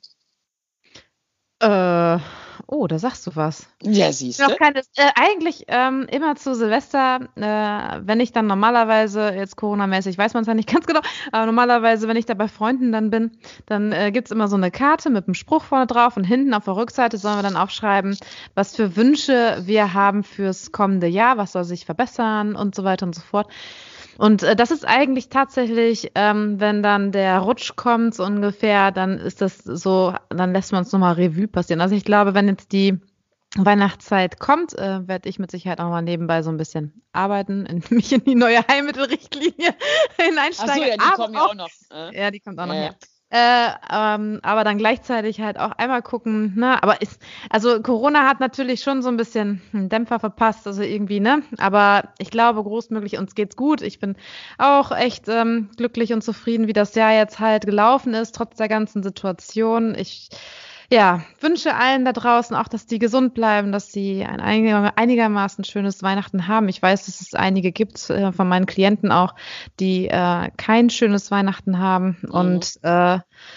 Äh, oh, da sagst du was. Ja, siehst du. Noch keine, äh, eigentlich ähm, immer zu Silvester, äh, wenn ich dann normalerweise, jetzt Corona-mäßig, weiß man es ja nicht ganz genau, aber normalerweise, wenn ich da bei Freunden dann bin, dann äh, gibt es immer so eine Karte mit einem Spruch vorne drauf und hinten auf der Rückseite sollen wir dann aufschreiben, was für Wünsche wir haben fürs kommende Jahr, was soll sich verbessern und so weiter und so fort. Und äh, das ist eigentlich tatsächlich, ähm, wenn dann der Rutsch kommt, so ungefähr, dann ist das so, dann lässt man es nochmal Revue passieren. Also ich glaube, wenn jetzt die Weihnachtszeit kommt, äh, werde ich mit Sicherheit auch mal nebenbei so ein bisschen arbeiten, in, mich in die neue Heilmittelrichtlinie hineinsteigen. Ach so, ja, die aber kommen ja auch noch. Äh? Ja, die kommt auch noch Ja, her. Äh, ähm, aber dann gleichzeitig halt auch einmal gucken, ne, aber ist, also Corona hat natürlich schon so ein bisschen einen Dämpfer verpasst, also irgendwie, ne, aber ich glaube, großmöglich uns geht's gut. Ich bin auch echt ähm, glücklich und zufrieden, wie das Jahr jetzt halt gelaufen ist, trotz der ganzen Situation. Ich Ja, wünsche allen da draußen auch, dass die gesund bleiben, dass sie ein einiger, einigermaßen schönes Weihnachten haben. Ich weiß, dass es einige gibt, äh, von meinen Klienten auch, die äh, kein schönes Weihnachten haben. Mhm. Und äh,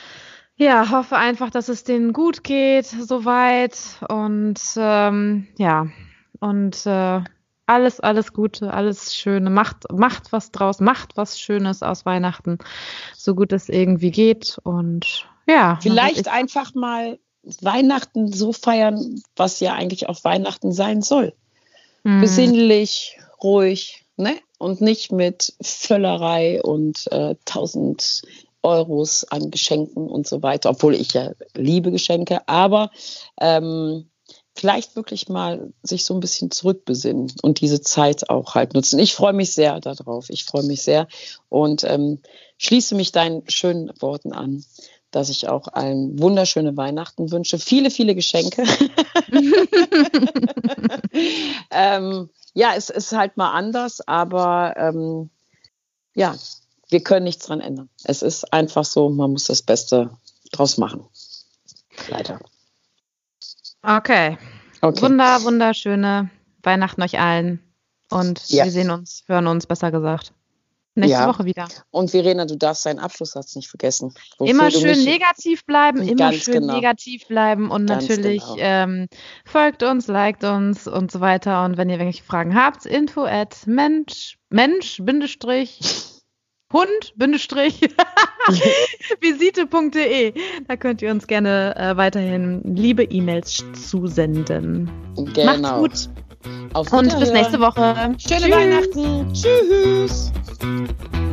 ja, hoffe einfach, dass es denen gut geht, soweit. Und ähm, ja, und äh, alles, alles Gute, alles Schöne. Macht, macht was draus, macht was Schönes aus Weihnachten, so gut es irgendwie geht. Und ja. Vielleicht einfach mal Weihnachten so feiern, was ja eigentlich auch Weihnachten sein soll. Mhm. Besinnlich, ruhig, ne? Und nicht mit Völlerei und äh, tausend Euros an Geschenken und so weiter. Obwohl ich ja liebe Geschenke, aber ähm, vielleicht wirklich mal sich so ein bisschen zurückbesinnen und diese Zeit auch halt nutzen. Ich freue mich sehr darauf. Ich freue mich sehr und ähm, schließe mich deinen schönen Worten an, dass ich auch allen wunderschöne Weihnachten wünsche. Viele, viele Geschenke. ähm, ja, es ist halt mal anders, aber ähm, ja, wir können nichts dran ändern. Es ist einfach so, man muss das Beste draus machen. Leider. Okay. okay. Wunder, wunderschöne Weihnachten euch allen. Und ja. wir sehen uns, hören uns, besser gesagt. Nächste ja. Woche wieder. Und Verena, du darfst deinen Abschlusssatz nicht vergessen. Immer schön negativ bleiben, immer schön genau. negativ bleiben und ganz natürlich genau. ähm, folgt uns, liked uns und so weiter. Und wenn ihr irgendwelche Fragen habt, info at mensch, mensch, Bindestrich, Hund, Bindestrich, visite punkt de. Da könnt ihr uns gerne äh, weiterhin liebe E-Mails zusenden. Genau. Macht's gut. Auf Und bis nächste Woche. Schöne Tschüss. Weihnachten. Tschüss.